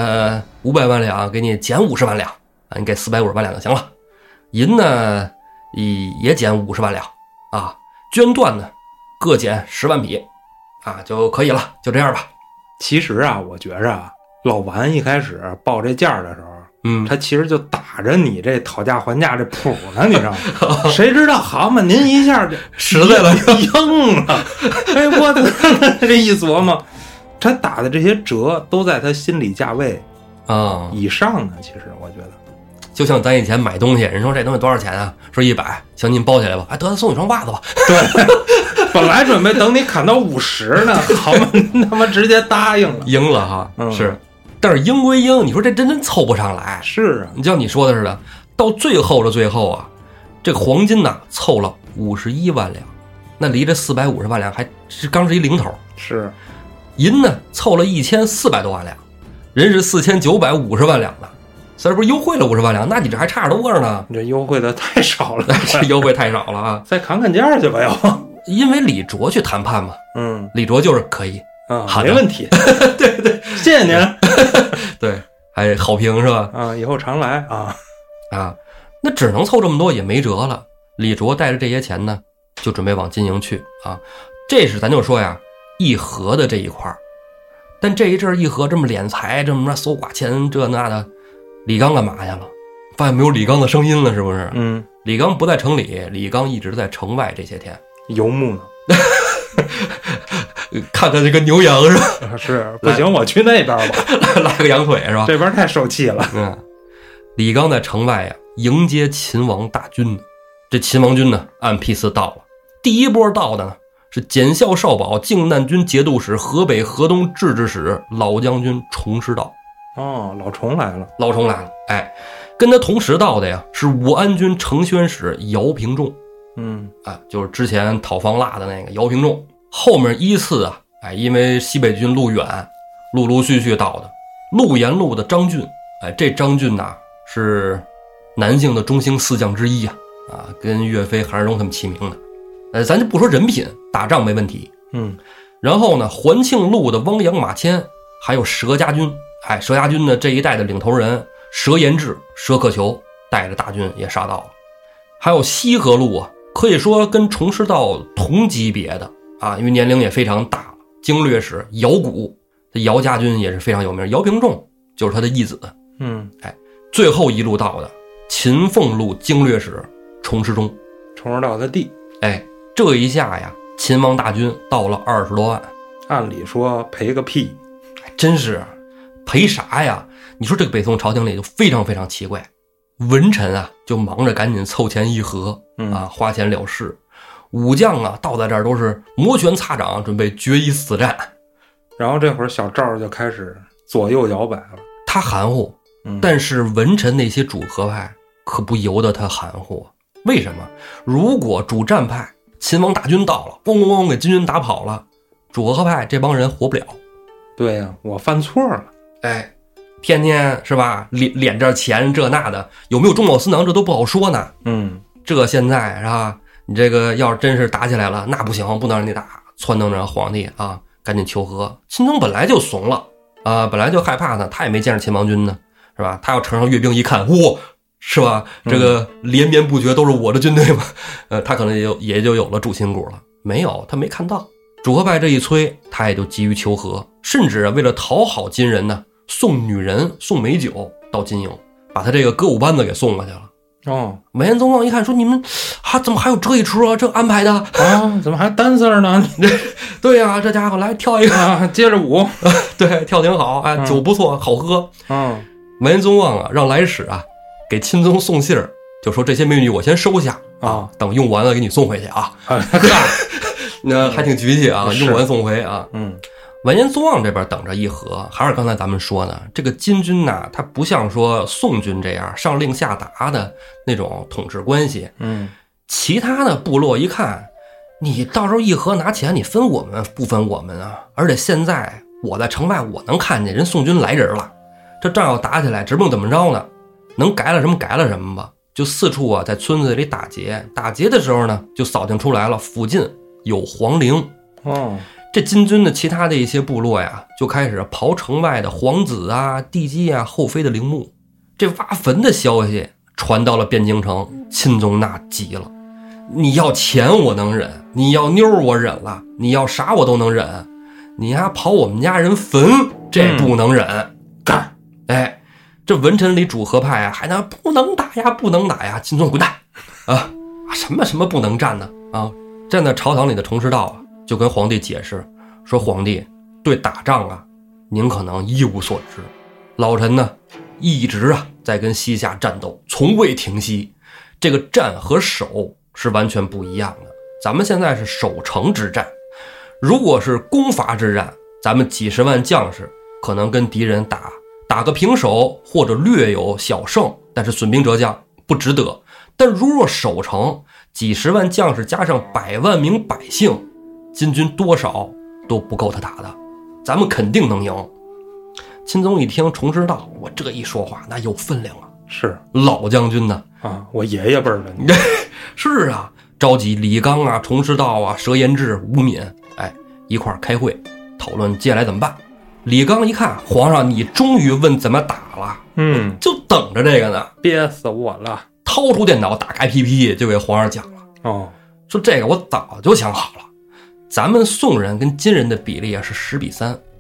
，500万两给你减50万两啊，你给450万两就行了。银呢也减50万两啊，绢缎呢各减10万匹啊就可以了，就这样吧。 其实啊，我觉着啊，老王一开始报这价的时候，他其实就打着你这讨价还价这谱呢，你知道吗？谁知道好嘛，您一下就实在了硬了。我这一琢磨，他打的这些折都在他心理价位以上呢。其实我觉得， 就像咱以前买东西，人说这东西多少钱啊？说100，行，您包起来吧。得送你双袜子吧。 对，本来准备等你砍到50呢，好嘛，他妈直接答应了， 赢了哈。是。但是赢归赢，你说这真凑不上来。 是啊， 你像你说的似的，到最后的最后啊，这个黄金呢凑了51万两，那离这450万两还是刚是一零头。 是， 银呢凑了1400多万两，人是4950万两的，所以不是优惠了50万两，那你这还差着多着呢。 这优惠的太少了， 这优惠太少了啊！ 再砍价去吧，要因为李卓去谈判嘛，李卓就是可以。 没问题。 对对， 谢谢您。 对，还好评是吧？ 以后常来那只能凑这么多，也没辙了。李卓带着这些钱呢，就准备往金营去啊。这是咱就说呀，议和的这一块。但这一阵议和这么敛财，这么搜刮钱这那的，李刚干嘛去了？发现没有李刚的声音了，是不是？李刚不在城里，李刚一直在城外。这些天游牧呢。 看看这个牛羊是吧？ 是，不行，我去那边吧， 拉个羊腿是吧？ 这边太受气了。 李刚在城外呀，迎接秦王大军。这秦王军呢，按批次到了。第一波到的呢，是检校少保、靖难军节度使、河北、河东制置使老将军崇师道。 老崇来了， 老崇来了。跟他同时到的呀，是武安军承宣使姚平仲。就是之前讨方腊的那个姚平仲。后面依次啊，因为西北军路远，陆陆续续到的陆沿路的张俊。这张俊呐，是南境的中兴4将之一啊，跟岳飞、韩世忠他们齐名的。咱就不说人品，打仗没问题。然后呢，环庆路的汪洋、马谦，还有佘家军。佘家军的这一代的领头人佘延志、佘克求带着大军也杀到了。还有西河路啊，可以说跟崇师道同级别的啊，因为年龄也非常大了。经略使姚古，这姚家军也是非常有名，姚平仲就是他的义子。最后一路到的秦凤路经略使崇师忠， 崇师道的弟。 这一下呀，秦王大军到了20多万。 按理说赔个屁， 真是赔啥呀？你说这个北宋朝廷里就非常非常奇怪，文臣啊就忙着赶紧凑钱议和花钱了事，武将啊到在这儿都是摩拳擦掌，准备决一死战。 然后这会儿小赵就开始左右摇摆了。 他含糊，但是文臣那些主和派可不由得他含糊。为什么？如果主战派秦王大军到了，咣咣咣给金军打跑了，主和派这帮人活不了。 对呀，我犯错了。 天天是吧，敛着钱这那的，有没有中饱私囊这都不好说呢。这现在是吧，你这个要是真是打起来了，那不行，不能让你打，撺掇着皇帝啊赶紧求和。秦宗本来就怂了啊，本来就害怕呢，他也没见着秦王军呢，是吧？他要乘上阅兵一看，哇，是吧？这个连绵不绝都是我的军队嘛，他可能也就有了主心骨了。没有，他没看到。主和派这一催，他也就急于求和，甚至为了讨好金人呢，送女人送美酒到金营，把他这个歌舞班子给送过去了。完颜宗望一看说，你们怎么还有这一出啊？这安排的怎么还单色呢？ 对呀，这家伙来跳一个接着舞。 对，跳挺好酒不错，好喝。完颜宗望让来使给钦宗送信儿，就说这些美女我先收下等用完了给你送回去那还挺局气用完送回完颜宗望这边等着议和，还是刚才咱们说的，这个金军呐，它不像说宋军这样上令下达的那种统治关系。其他的部落一看，你到时候议和拿钱，你分我们不分我们啊？而且现在我在城外，我能看见人宋军来人了，这仗要打起来，指不定怎么着呢？能改了什么改了什么吧？就四处啊，在村子里打劫，打劫的时候呢，就扫听出来了，附近有皇陵。这金军的其他的一些部落呀，就开始刨城外的皇子啊、帝姬啊、后妃的陵墓。这挖坟的消息传到了汴京城，钦宗那急了。你要钱我能忍，你要妞我忍了，你要啥我都能忍，你还刨我们家人坟，这不能忍。干！哎，这文臣里主和派啊，还能不能打呀，不能打呀，钦宗滚蛋啊！什么不能战呢？啊，站在朝堂里的崇师道啊，就跟皇帝解释说，皇帝对打仗啊，您可能一无所知，老臣呢一直啊在跟西夏战斗，从未停息。这个战和守是完全不一样的，咱们现在是守城之战，如果是攻伐之战，咱们几十万将士可能跟敌人打个平手，或者略有小胜，但是损兵折将，不值得。但如若守城，几十万将士加上100万名百姓，金军多少都不够他打的，咱们肯定能赢。钦宗一听崇师道，我这一说话那有分量了，是老将军呢啊，我爷爷辈儿的你是啊，召集李纲啊、崇师道啊、佘延志、吴敏，一块儿开会讨论接下来怎么办。李纲一看，皇上你终于问怎么打了，就等着这个呢， 憋死我了。 掏出电脑，打开 PPT 就给皇上讲了。说这个我早就想好了，咱们宋人跟金人的比例啊是10比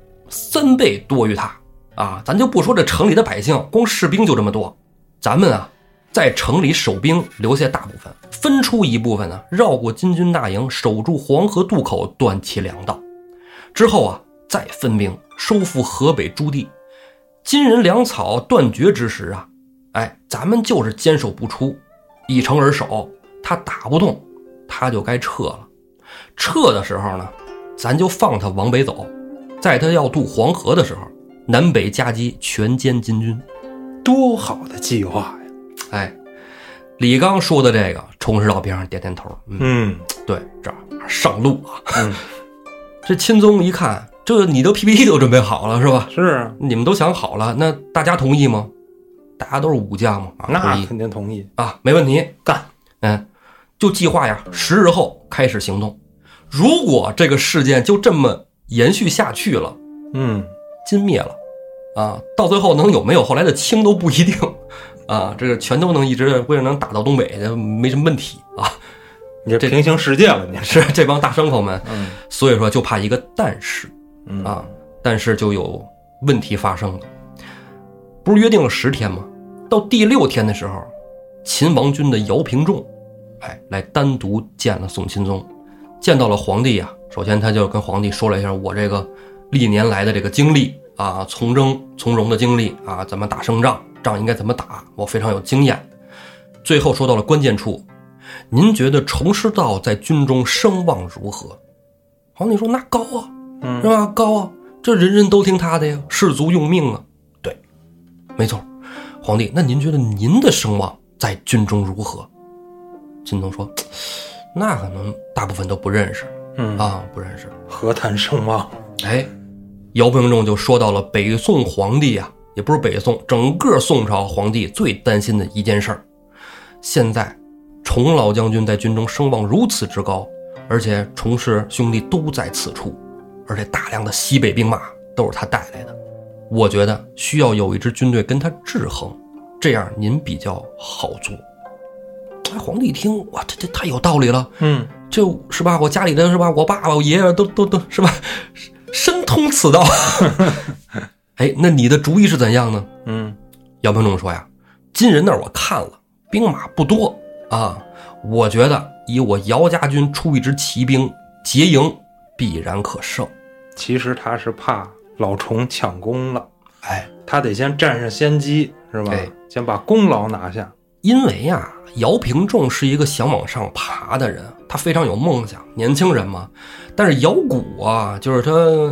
3，3倍多于他啊。咱就不说这城里的百姓，光士兵就这么多，咱们啊在城里守兵留下大部分，分出一部分呢绕过金军大营，守住黄河渡口，断其粮道。之后啊再分兵收复河北诸地。金人粮草断绝之时啊，咱们就是坚守不出，一城而守，他打不动，他就该撤了。撤的时候呢，咱就放他往北走，在他要渡黄河的时候，南北夹击，全歼金军。 多好的计划呀！ 李纲说的这个，崇师道边上点点头。对，这上路啊。这钦宗一看，这你都 PPT 都准备好了是吧？ 是啊， 你们都想好了，那大家同意吗？大家都是武将嘛， 那肯定同意啊，没问题，干。就计划呀，10日后开始行动。如果这个事件就这么延续下去了，金灭了啊，到最后能有没有后来的清都不一定啊，这个全都能一直为了能打到东北，没什么问题啊。 你这平行世界了，你是这帮大牲口们，所以说就怕一个但是啊，但是就有问题发生了。不是约定了10天吗？到第6天的时候，秦王军的姚平仲来单独见了宋钦宗，见到了皇帝啊。首先他就跟皇帝说了一下我这个历年来的这个经历啊，从征从容的经历啊，怎么打胜仗，仗应该怎么打，我非常有经验。最后说到了关键处，您觉得崇师道在军中声望如何？皇帝说那高啊，是吧？高啊，这人人都听他的呀，士卒用命啊。对，没错。皇帝，那您觉得您的声望在军中如何？钦宗说，那可能大部分都不认识，不认识， 何谈声望？ 姚平仲就说到了北宋皇帝啊，也不是北宋，整个宋朝皇帝最担心的一件事儿。现在崇老将军在军中声望如此之高，而且崇氏兄弟都在此处，而且大量的西北兵马都是他带来的。我觉得需要有一支军队跟他制衡，这样您比较好做。皇帝一听，哇，这太有道理了，这是吧？我家里的是吧？我爸爸、我爷爷都是吧？深通此道。那你的主意是怎样呢？姚平仲说呀，金人那儿我看了，兵马不多啊，我觉得以我姚家军出一支骑兵结营，必然可胜。 其实他是怕老崇抢功了，他得先占上先机，是吧？先把功劳拿下。 因为啊，姚平仲是一个想往上爬的人，他非常有梦想，年轻人嘛。但是姚古啊，就是他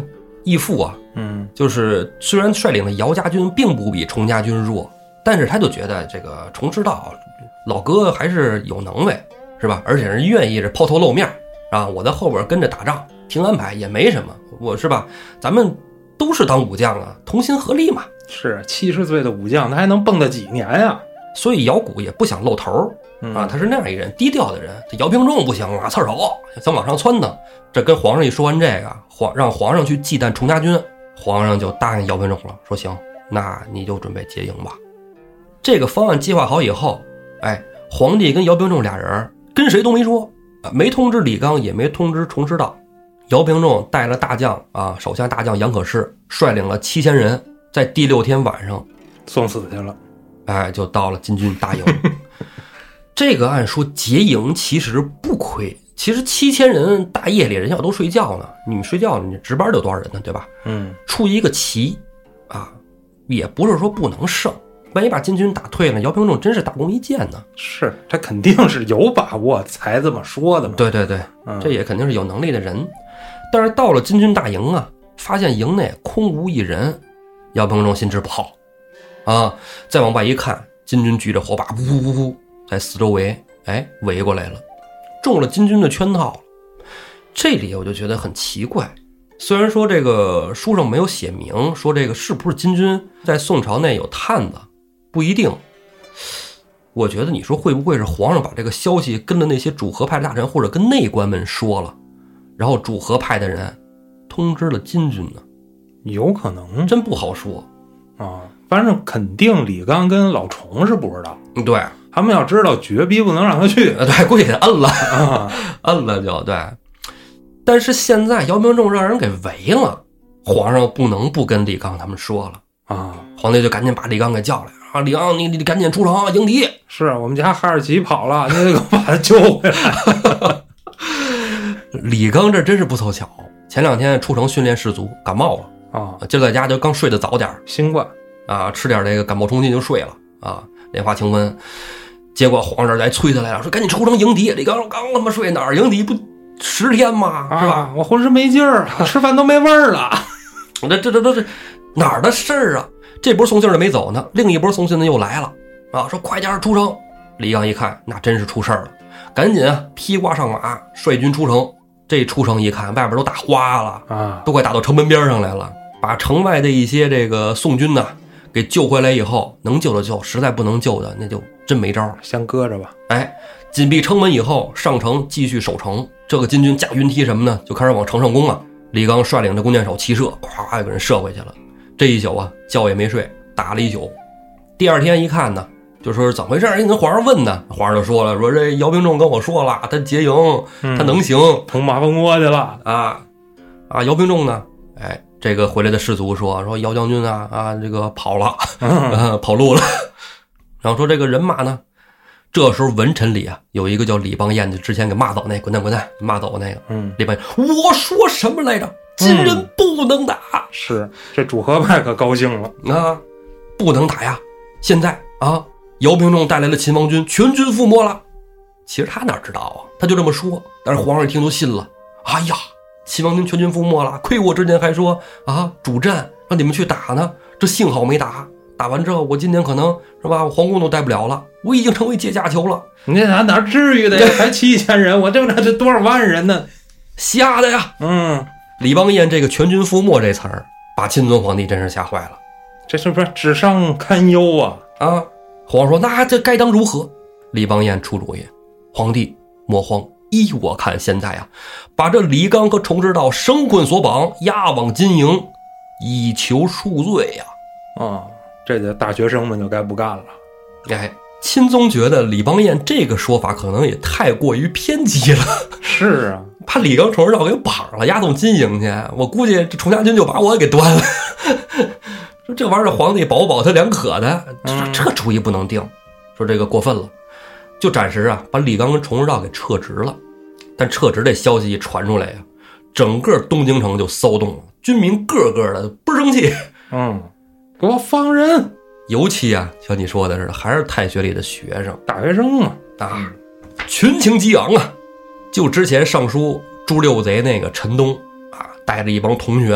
义父啊，就是虽然率领的姚家军并不比崇家军弱，但是他就觉得这个崇师道老哥还是有能为，是吧？而且是愿意是抛头露面啊，我在后边跟着打仗，听安排也没什么，我是吧？咱们都是当武将啊，同心合力嘛。 是70岁的武将，他还能蹦跶几年呀？ 所以姚古也不想露头啊，他是那样一人，低调的人。这姚平仲不行啊，刺手想往上窜呢。这跟皇上一说完这个，让皇上去忌惮崇家军，皇上就答应姚平仲了，说行，那你就准备结营吧。这个方案计划好以后，皇帝跟姚平仲俩人跟谁都没说，没通知李纲，也没通知崇师道。姚平仲带了大将啊，手下大将杨可士率领了7000人，在第6天晚上送死去了。 就到了金军大营。这个按说结营其实不亏，其实7000人大夜里人家都睡觉呢，你们睡觉你值班有多少人呢，对吧？出一个奇啊，也不是说不能胜，万一把金军打退了，姚平仲真是大功一件呢。 是，他肯定是有把握才这么说的嘛。 对对对，这也肯定是有能力的人。但是到了金军大营啊，发现营内空无一人，姚平仲心知不好啊，再往外一看，金军举着火把噗噗噗噗在四周围围过来了，中了金军的圈套。这里我就觉得很奇怪，虽然说这个书上没有写明说这个是不是金军在宋朝内有探子，不一定。我觉得你说会不会是皇上把这个消息跟了那些主和派的大臣或者跟内官们说了，然后主和派的人通知了金军呢？ 有可能， 真不好说啊。反正肯定李纲跟老崇是不知道， 对， 他们要知道绝逼不能让他去， 对，估计得摁了摁了就对。但是现在姚平仲让人给围了，皇上不能不跟李纲他们说了啊。皇帝就赶紧把李纲给叫来啊，李纲你赶紧出城迎敌。 是我们家哈士奇跑了，你得把他救回来。 李纲这真是不凑巧，前2天出城训练士卒，感冒了啊，今儿在家就刚睡得早点， 新冠啊，吃点这个感冒冲剂就睡了啊，莲花清瘟。结果皇上来催他来了，说赶紧出城迎敌。李纲刚他妈睡哪儿迎敌不10天吗？是吧？ 我浑身没劲儿，吃饭都没味儿了。 这哪儿的事儿啊？这波送信的没走呢，另一波送信的又来了啊，说快点出城。李纲一看，那真是出事儿了，赶紧披挂上马，率军出城。这出城一看，外边都打花了啊，都快打到城门边上来了。把城外的一些这个宋军呢给救回来以后，能救的救，实在不能救的那就真没招， 先搁着吧。 紧闭城门以后，上城继续守城。这个金军架云梯什么呢，就开始往城上攻了。李纲率领着弓箭手齐射，咵就给人射回去了。这一宿啊，觉也没睡，打了一宿。第2天一看呢，就说是怎么回事，人跟皇上问呢，皇上就说了，说这姚平仲跟我说了，他结营，他能行， 捅马蜂窝去了姚平仲呢，这个回来的士卒说姚将军啊这个跑了，跑路了。然后说这个人马呢，这时候文臣里啊有一个叫李邦彦的，之前给骂走那滚蛋骂走那个，李邦彦我说什么来着？金人不能打。 是这主和派可高兴了啊，不能打呀！现在啊，姚平仲带来了秦王军，全军覆没了。其实他哪知道啊，他就这么说，但是皇上一听就信了。哎呀，秦王军全军覆没了，亏我之前还说啊主战让你们去打呢，这幸好没打。打完之后，我今年可能是吧，皇宫都待不了了，我已经成为阶下囚了。 你哪至于的呀？才7000人，我这多少万人呢？ 吓的呀！李邦彦这个全军覆没这词儿，把钦宗皇帝真是吓坏了。 这是不是纸上堪忧啊？ 皇上说那这该当如何？李邦彦出主意，皇帝莫慌，依我看现在啊，把这李纲和崇之道绳捆索绑，押往金营，以求恕罪呀。 这个大学生们就该不干了。 钦宗觉得李邦彦这个说法可能也太过于偏激了。 是啊， 把李纲、崇之道给绑了，押送金营去，我估计这崇家军就把我给端了。说这玩意儿皇帝保他两可的，这主意不能定，说这个过分了，就暂时把李纲跟崇之道给撤职了。但撤职这消息一传出来呀，整个东京城就骚动了，军民个个的不生气， 给我放人。 尤其像你说的似的，还是太学里的学生， 大学生嘛， 群情激昂啊！就之前上书诛六贼那个陈东带着一帮同学们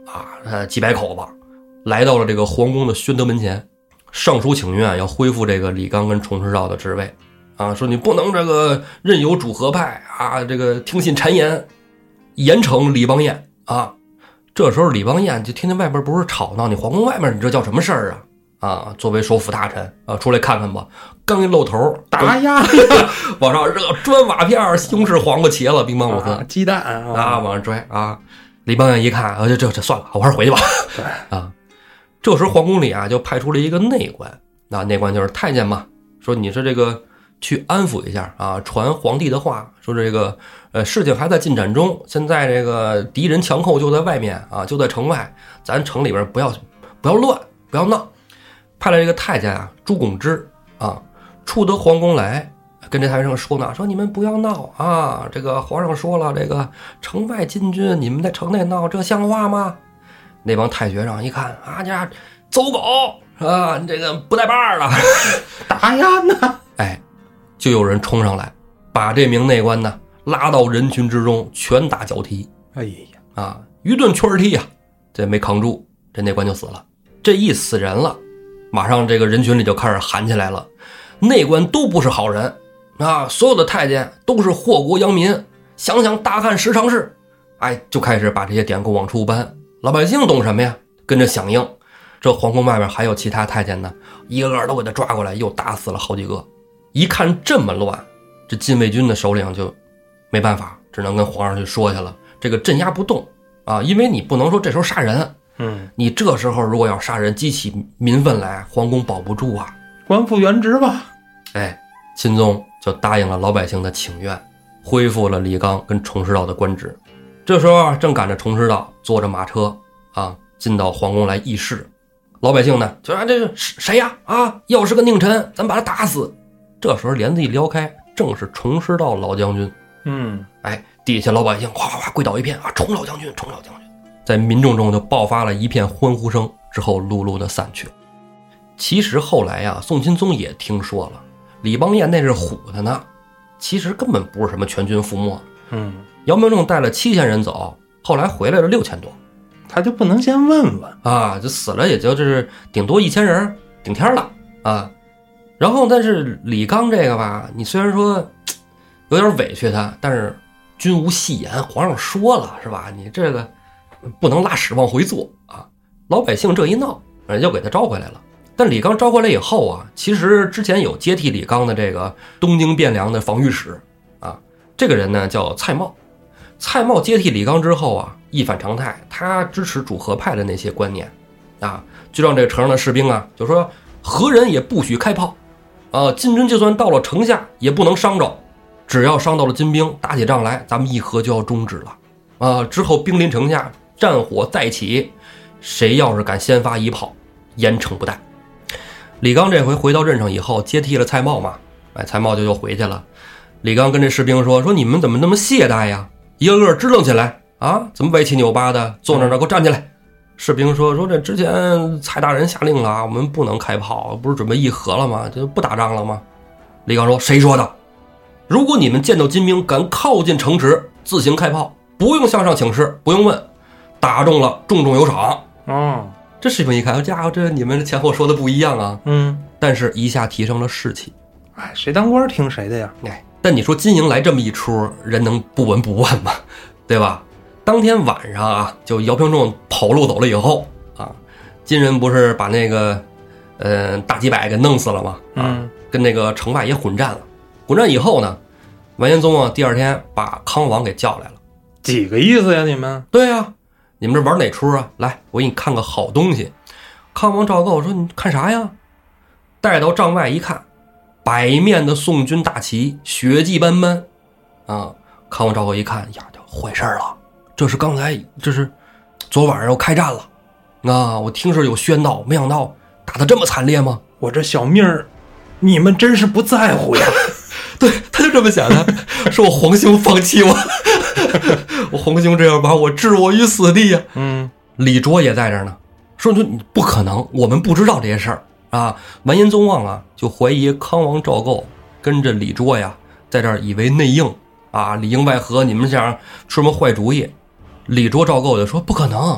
几百口子，来到了这个皇宫的宣德门前，上书请愿，要恢复这个李纲跟崇师道的职位说你不能这个任由主和派这个听信谗言，严惩李邦彦这时候李邦彦就听见外边不是吵闹，你皇宫外面你这叫什么事儿作为首辅大臣出来看看吧。刚一露头， 打呀往上热砖瓦片，西红柿黄瓜茄子乒乓五分鸡蛋往上拽李邦彦一看这算了，我还是回去吧对这时皇宫里就派出了一个内官内官就是太监嘛，说你是这个去安抚一下传皇帝的话，说这个事情还在进展中，现在这个敌人强寇就在外面就在城外，咱城里边不要乱，不要闹。派来这个太监朱拱之触得皇宫来，跟这太监说呢，说你们不要闹这个皇上说了，这个城外禁军，你们在城内闹，这像话吗？那帮太学生一看这走狗这个不带把了打呀呢就有人冲上来，把这名内官呢拉到人群之中，拳打脚踢。 哎呀一顿圈踢这没扛住，这内官就死了。这一死人了，马上这个人群里就开始喊起来了，内官都不是好人所有的太监都是祸国殃民，想想大汉十常侍。就开始把这些典故往出搬，老百姓懂什么呀？跟着响应。这皇宫外面还有其他太监呢，一个个都给他抓过来，又打死了好几个。一看这么乱，这禁卫军的首领就没办法，只能跟皇上去说去了，这个镇压不动因为你不能说这时候杀人你这时候如果要杀人，激起民愤来，皇宫保不住官复原职吧。 钦宗就答应了老百姓的请愿，恢复了李纲跟崇师道的官职。这时候正赶着崇师道坐着马车进到皇宫来议事，老百姓呢就说这是谁呀要是个佞臣，咱把他打死。这时候帘子一撩开，正是崇师道老将军。底下老百姓哗哗哗跪倒一片崇老将军，崇老将军。在民众中就爆发了一片欢呼声，之后陆陆的散去。其实后来宋钦宗也听说了，李邦彦那是唬他呢，其实根本不是什么全军覆没。姚明仲带了7000人走，后来回来了6000多， 他就不能先问问就死了也就是顶多1000人顶天了然后但是李纲这个吧，你虽然说有点委屈他，但是君无戏言，皇上说了是吧，你这个不能拉屎往回坐老百姓这一闹又给他招回来了。但李纲招回来以后其实之前有接替李纲的这个东京汴梁的防御使这个人呢叫蔡瑁。蔡瑁接替李纲之后一反常态，他支持主和派的那些观念就让这个城上的士兵就说何人也不许开炮禁军就算到了城下也不能伤着，只要伤到了金兵，打起仗来咱们议和就要终止了之后兵临城下，战火再起，谁要是敢先发一炮，严惩不贷。李纲这回回到任上以后，接替了蔡瑁嘛蔡瑁就又回去了。李纲跟这士兵说你们怎么那么懈怠呀，一个个支棱起来怎么歪七扭八的坐那儿给我站起来。士兵说这之前蔡大人下令了，我们不能开炮，不是准备议和了吗？就不打仗了吗？李纲说谁说的？如果你们见到金兵敢靠近城池自行开炮，不用向上请示，不用问，打中了重重有赏这士兵一看家伙，这你们前后说的不一样但是一下提升了士气。 谁当官听谁的呀但你说金营来这么一出，人能不闻不问吗？对吧？当天晚上就姚平仲跑路走了以后金人不是把那个大几百给弄死了吗跟那个城外也混战了。混战以后呢，完颜宗第二天把康王给叫来了。 几个意思呀你们？ 对你们这玩哪出来，我给你看个好东西。康王赵构说你看啥呀？带到帐外一看，百面的宋军大旗，血迹斑斑康王赵构一看呀，就坏事了，这是昨晚上要开战了我听说有喧闹，没想到打得这么惨烈吗？ 我这小命儿你们真是不在乎呀对，他就这么想的，说我皇兄放弃我我皇兄这样把我置我于死地呀李卓也在这儿呢，说你不可能，我们不知道这些事儿完颜宗望就怀疑康王赵构跟着李卓在这儿以为内应里应外合，你们想出什么坏主意。李卓赵构就说不可能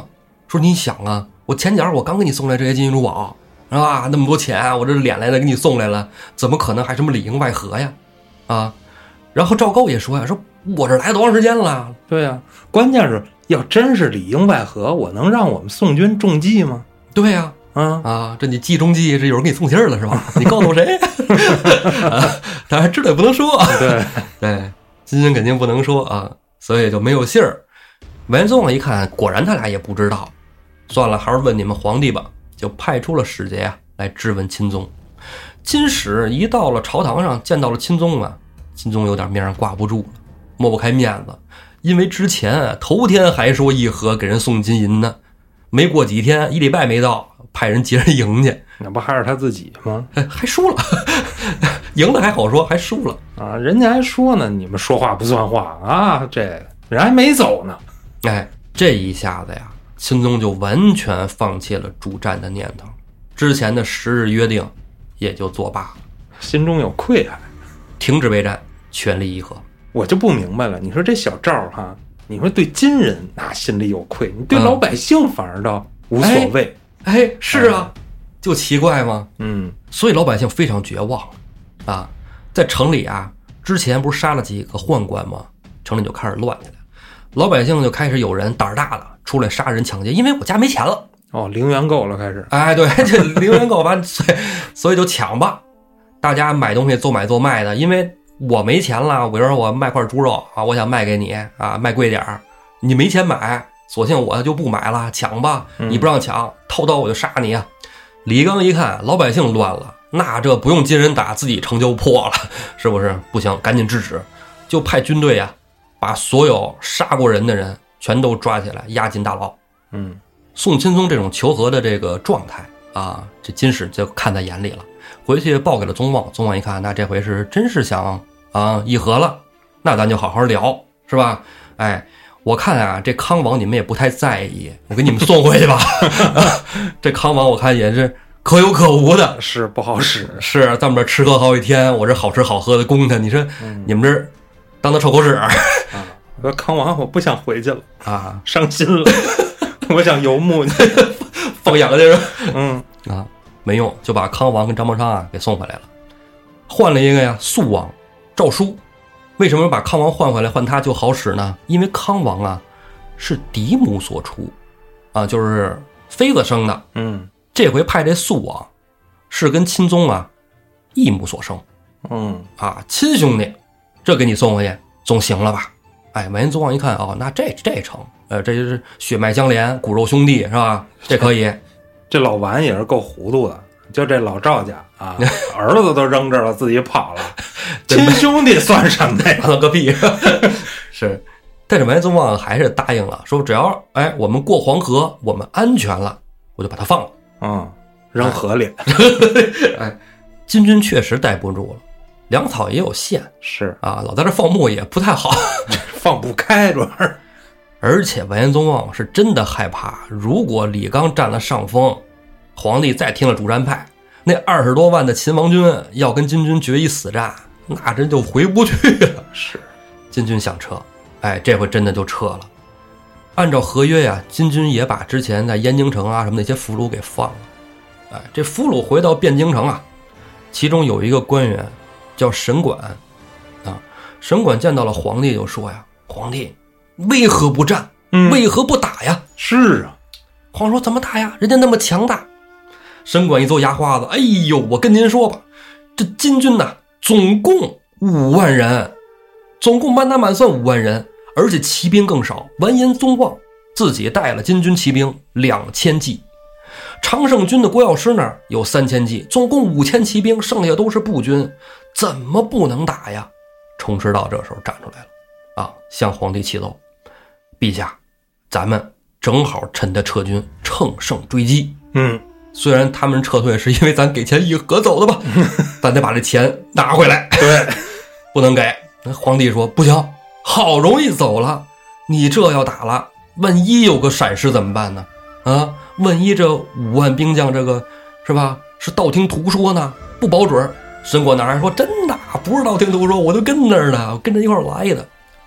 说你想啊，我前脚我刚给你送来这些金银珠宝，是吧？那么多钱，我这敛来的给你送来了，怎么可能还什么里应外合呀？啊！然后赵构也说呀，说我这来多长时间了？ 对呀，关键是要真是里应外合，我能让我们宋军中计吗？ 对呀，这你计中计，这有人给你送信了是吧？你告诉谁？他还知道也不能说。对，金军肯定不能说啊，所以就没有信儿。完颜宗望一看，果然他俩也不知道，算了，还是问你们皇帝吧。就派出了使节啊，来质问钦宗。金使一到了朝堂上，见到了钦宗啊，钦宗有点面上挂不住了，抹不开面子，因为之前头天还说议和给人送金银呢，没过几天1礼拜没到，派人接人迎去， 那不还是他自己吗？ 还输了，赢了还好说，还输了啊！人家还说呢，你们说话不算话啊，这人还没走呢。 这一下子呀，钦宗就完全放弃了主战的念头，之前的10日约定也就作罢了， 心中有愧疚， 停止备战，全力议和。 我就不明白了，你说这小赵哈，你说对金人那心里有愧，你对老百姓反而倒无所谓。 是啊，就奇怪吗？所以老百姓非常绝望啊，在城里啊，之前不是杀了几个宦官吗？城里就开始乱起来，老百姓就开始有人胆儿大的出来杀人抢劫，因为我家没钱了。 零元购了开始。 对，这零元购完，所以就抢吧。大家买东西做买做卖的，因为我没钱了，比如说我卖块猪肉啊，我想卖给你啊，卖贵点儿，你没钱买，索性我就不买了，抢吧。你不让抢，掏刀我就杀你啊！李纲一看老百姓乱了，那这不用金人打，自己城就破了，是不是？不行，赶紧制止，就派军队啊，把所有杀过人的人全都抓起来，押进大牢。宋钦宗这种求和的这个状态啊，这金使就看在眼里了，回去报给了宗望。宗望一看，那这回是真是想议和了，那咱就好好聊，是吧？我看啊，这康王你们也不太在意，我给你们送回去吧。这康王我看也是可有可无的， 是不好使。 是咱们这吃喝好几天，我这好吃好喝的供他，你说你们这当他臭狗屎。 我康王我不想回去了啊， 伤心了。我想游牧去， 放养去是。没用，就把康王跟张伯昌啊给送回来了，换了一个呀，肃王赵舒。为什么把康王换回来，换他就好使呢？因为康王啊是嫡母所出啊，就是妃子生的。这回派这肃王是跟钦宗啊异母所生。亲兄弟，这给你送回去总行了吧？完颜宗望一看，那这成，这就是血脉相连，骨肉兄弟是吧？这可以。 这老完也是够糊涂的，就这老赵家啊，儿子都扔这儿了，自己跑了，亲兄弟算什么呀？ 个屁！是，但是完颜宗望还是答应了，说只要我们过黄河，我们安全了，我就把他放了。 扔河里。 金军确实待不住了，粮草也有限， 是啊，老在这放牧也不太好， 放不开主要是。 而且完颜宗望是真的害怕，如果李纲占了上风，皇帝再听了主战派，那20多万的秦王军要跟金军决一死战，那真就回不去了。 是， 金军想撤，这回真的就撤了。按照合约呀，金军也把之前在燕京城啊什么那些俘虏给放了。这俘虏回到汴京城啊，其中有一个官员叫沈管啊，沈管见到了皇帝就说呀，皇帝为何不战？为何不打呀？ 是啊， 皇上说怎么打呀？人家那么强大。沈管一嘬牙花子，哎呦，我跟您说吧，这金军呐，总共5万人，总共满打满算5万人，而且骑兵更少。完颜宗望自己带了金军骑兵2000骑，常胜军的郭药师那儿有3000骑，总共5000骑兵，剩下都是步军，怎么不能打呀？崇师道这时候站出来了。向皇帝启奏，陛下，咱们正好趁他撤军，乘胜追击。虽然他们撤退是因为咱给钱议和走的吧，咱得把这钱拿回来。 对， 不能给。皇帝说不行，好容易走了，你这要打了，万一有个闪失怎么办呢？万一这5万兵将这个是吧，是道听途说呢，不保准。沈管哪还说真的不是道听途说，我就跟那儿呢，我跟着一块儿来的。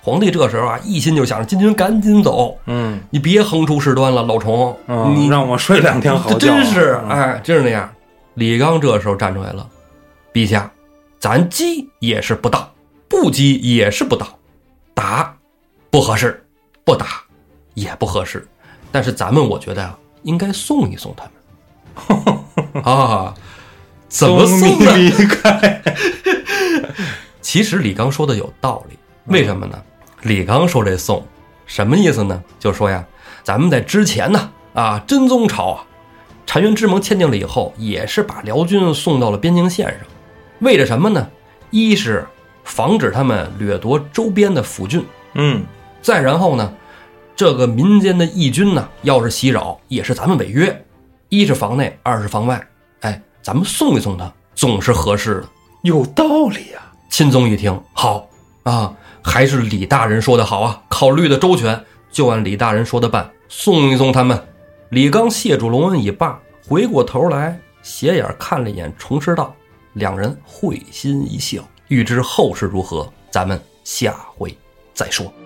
皇帝这时候啊，一心就想着金军赶紧走，你别横出事端了，老崇，你让我睡2天好觉。 真是，真是那样。李纲这时候站出来了，陛下，咱击也是不当，不击也是不当，打不合适，不打也不合适，但是咱们我觉得啊，应该送一送他们啊。怎么送呢？其实李纲说的有道理，为什么呢？李纲说这送什么意思呢？就说呀，咱们在之前呢，真宗朝啊，澶渊之盟签订了以后，也是把辽军送到了边境线上，为了什么呢？一是防止他们掠夺周边的府郡，再然后呢，这个民间的义军呢，要是袭扰，也是咱们违约，一是防内，二是防外，咱们送一送他，总是合适的， 有道理啊。 钦宗一听，好啊，还是李大人说的好啊，考虑的周全，就按李大人说的办，送一送他们。李纲谢主隆恩已罢，回过头来斜眼看了一眼崇师道，两人会心一笑。欲知后事如何，咱们下回再说。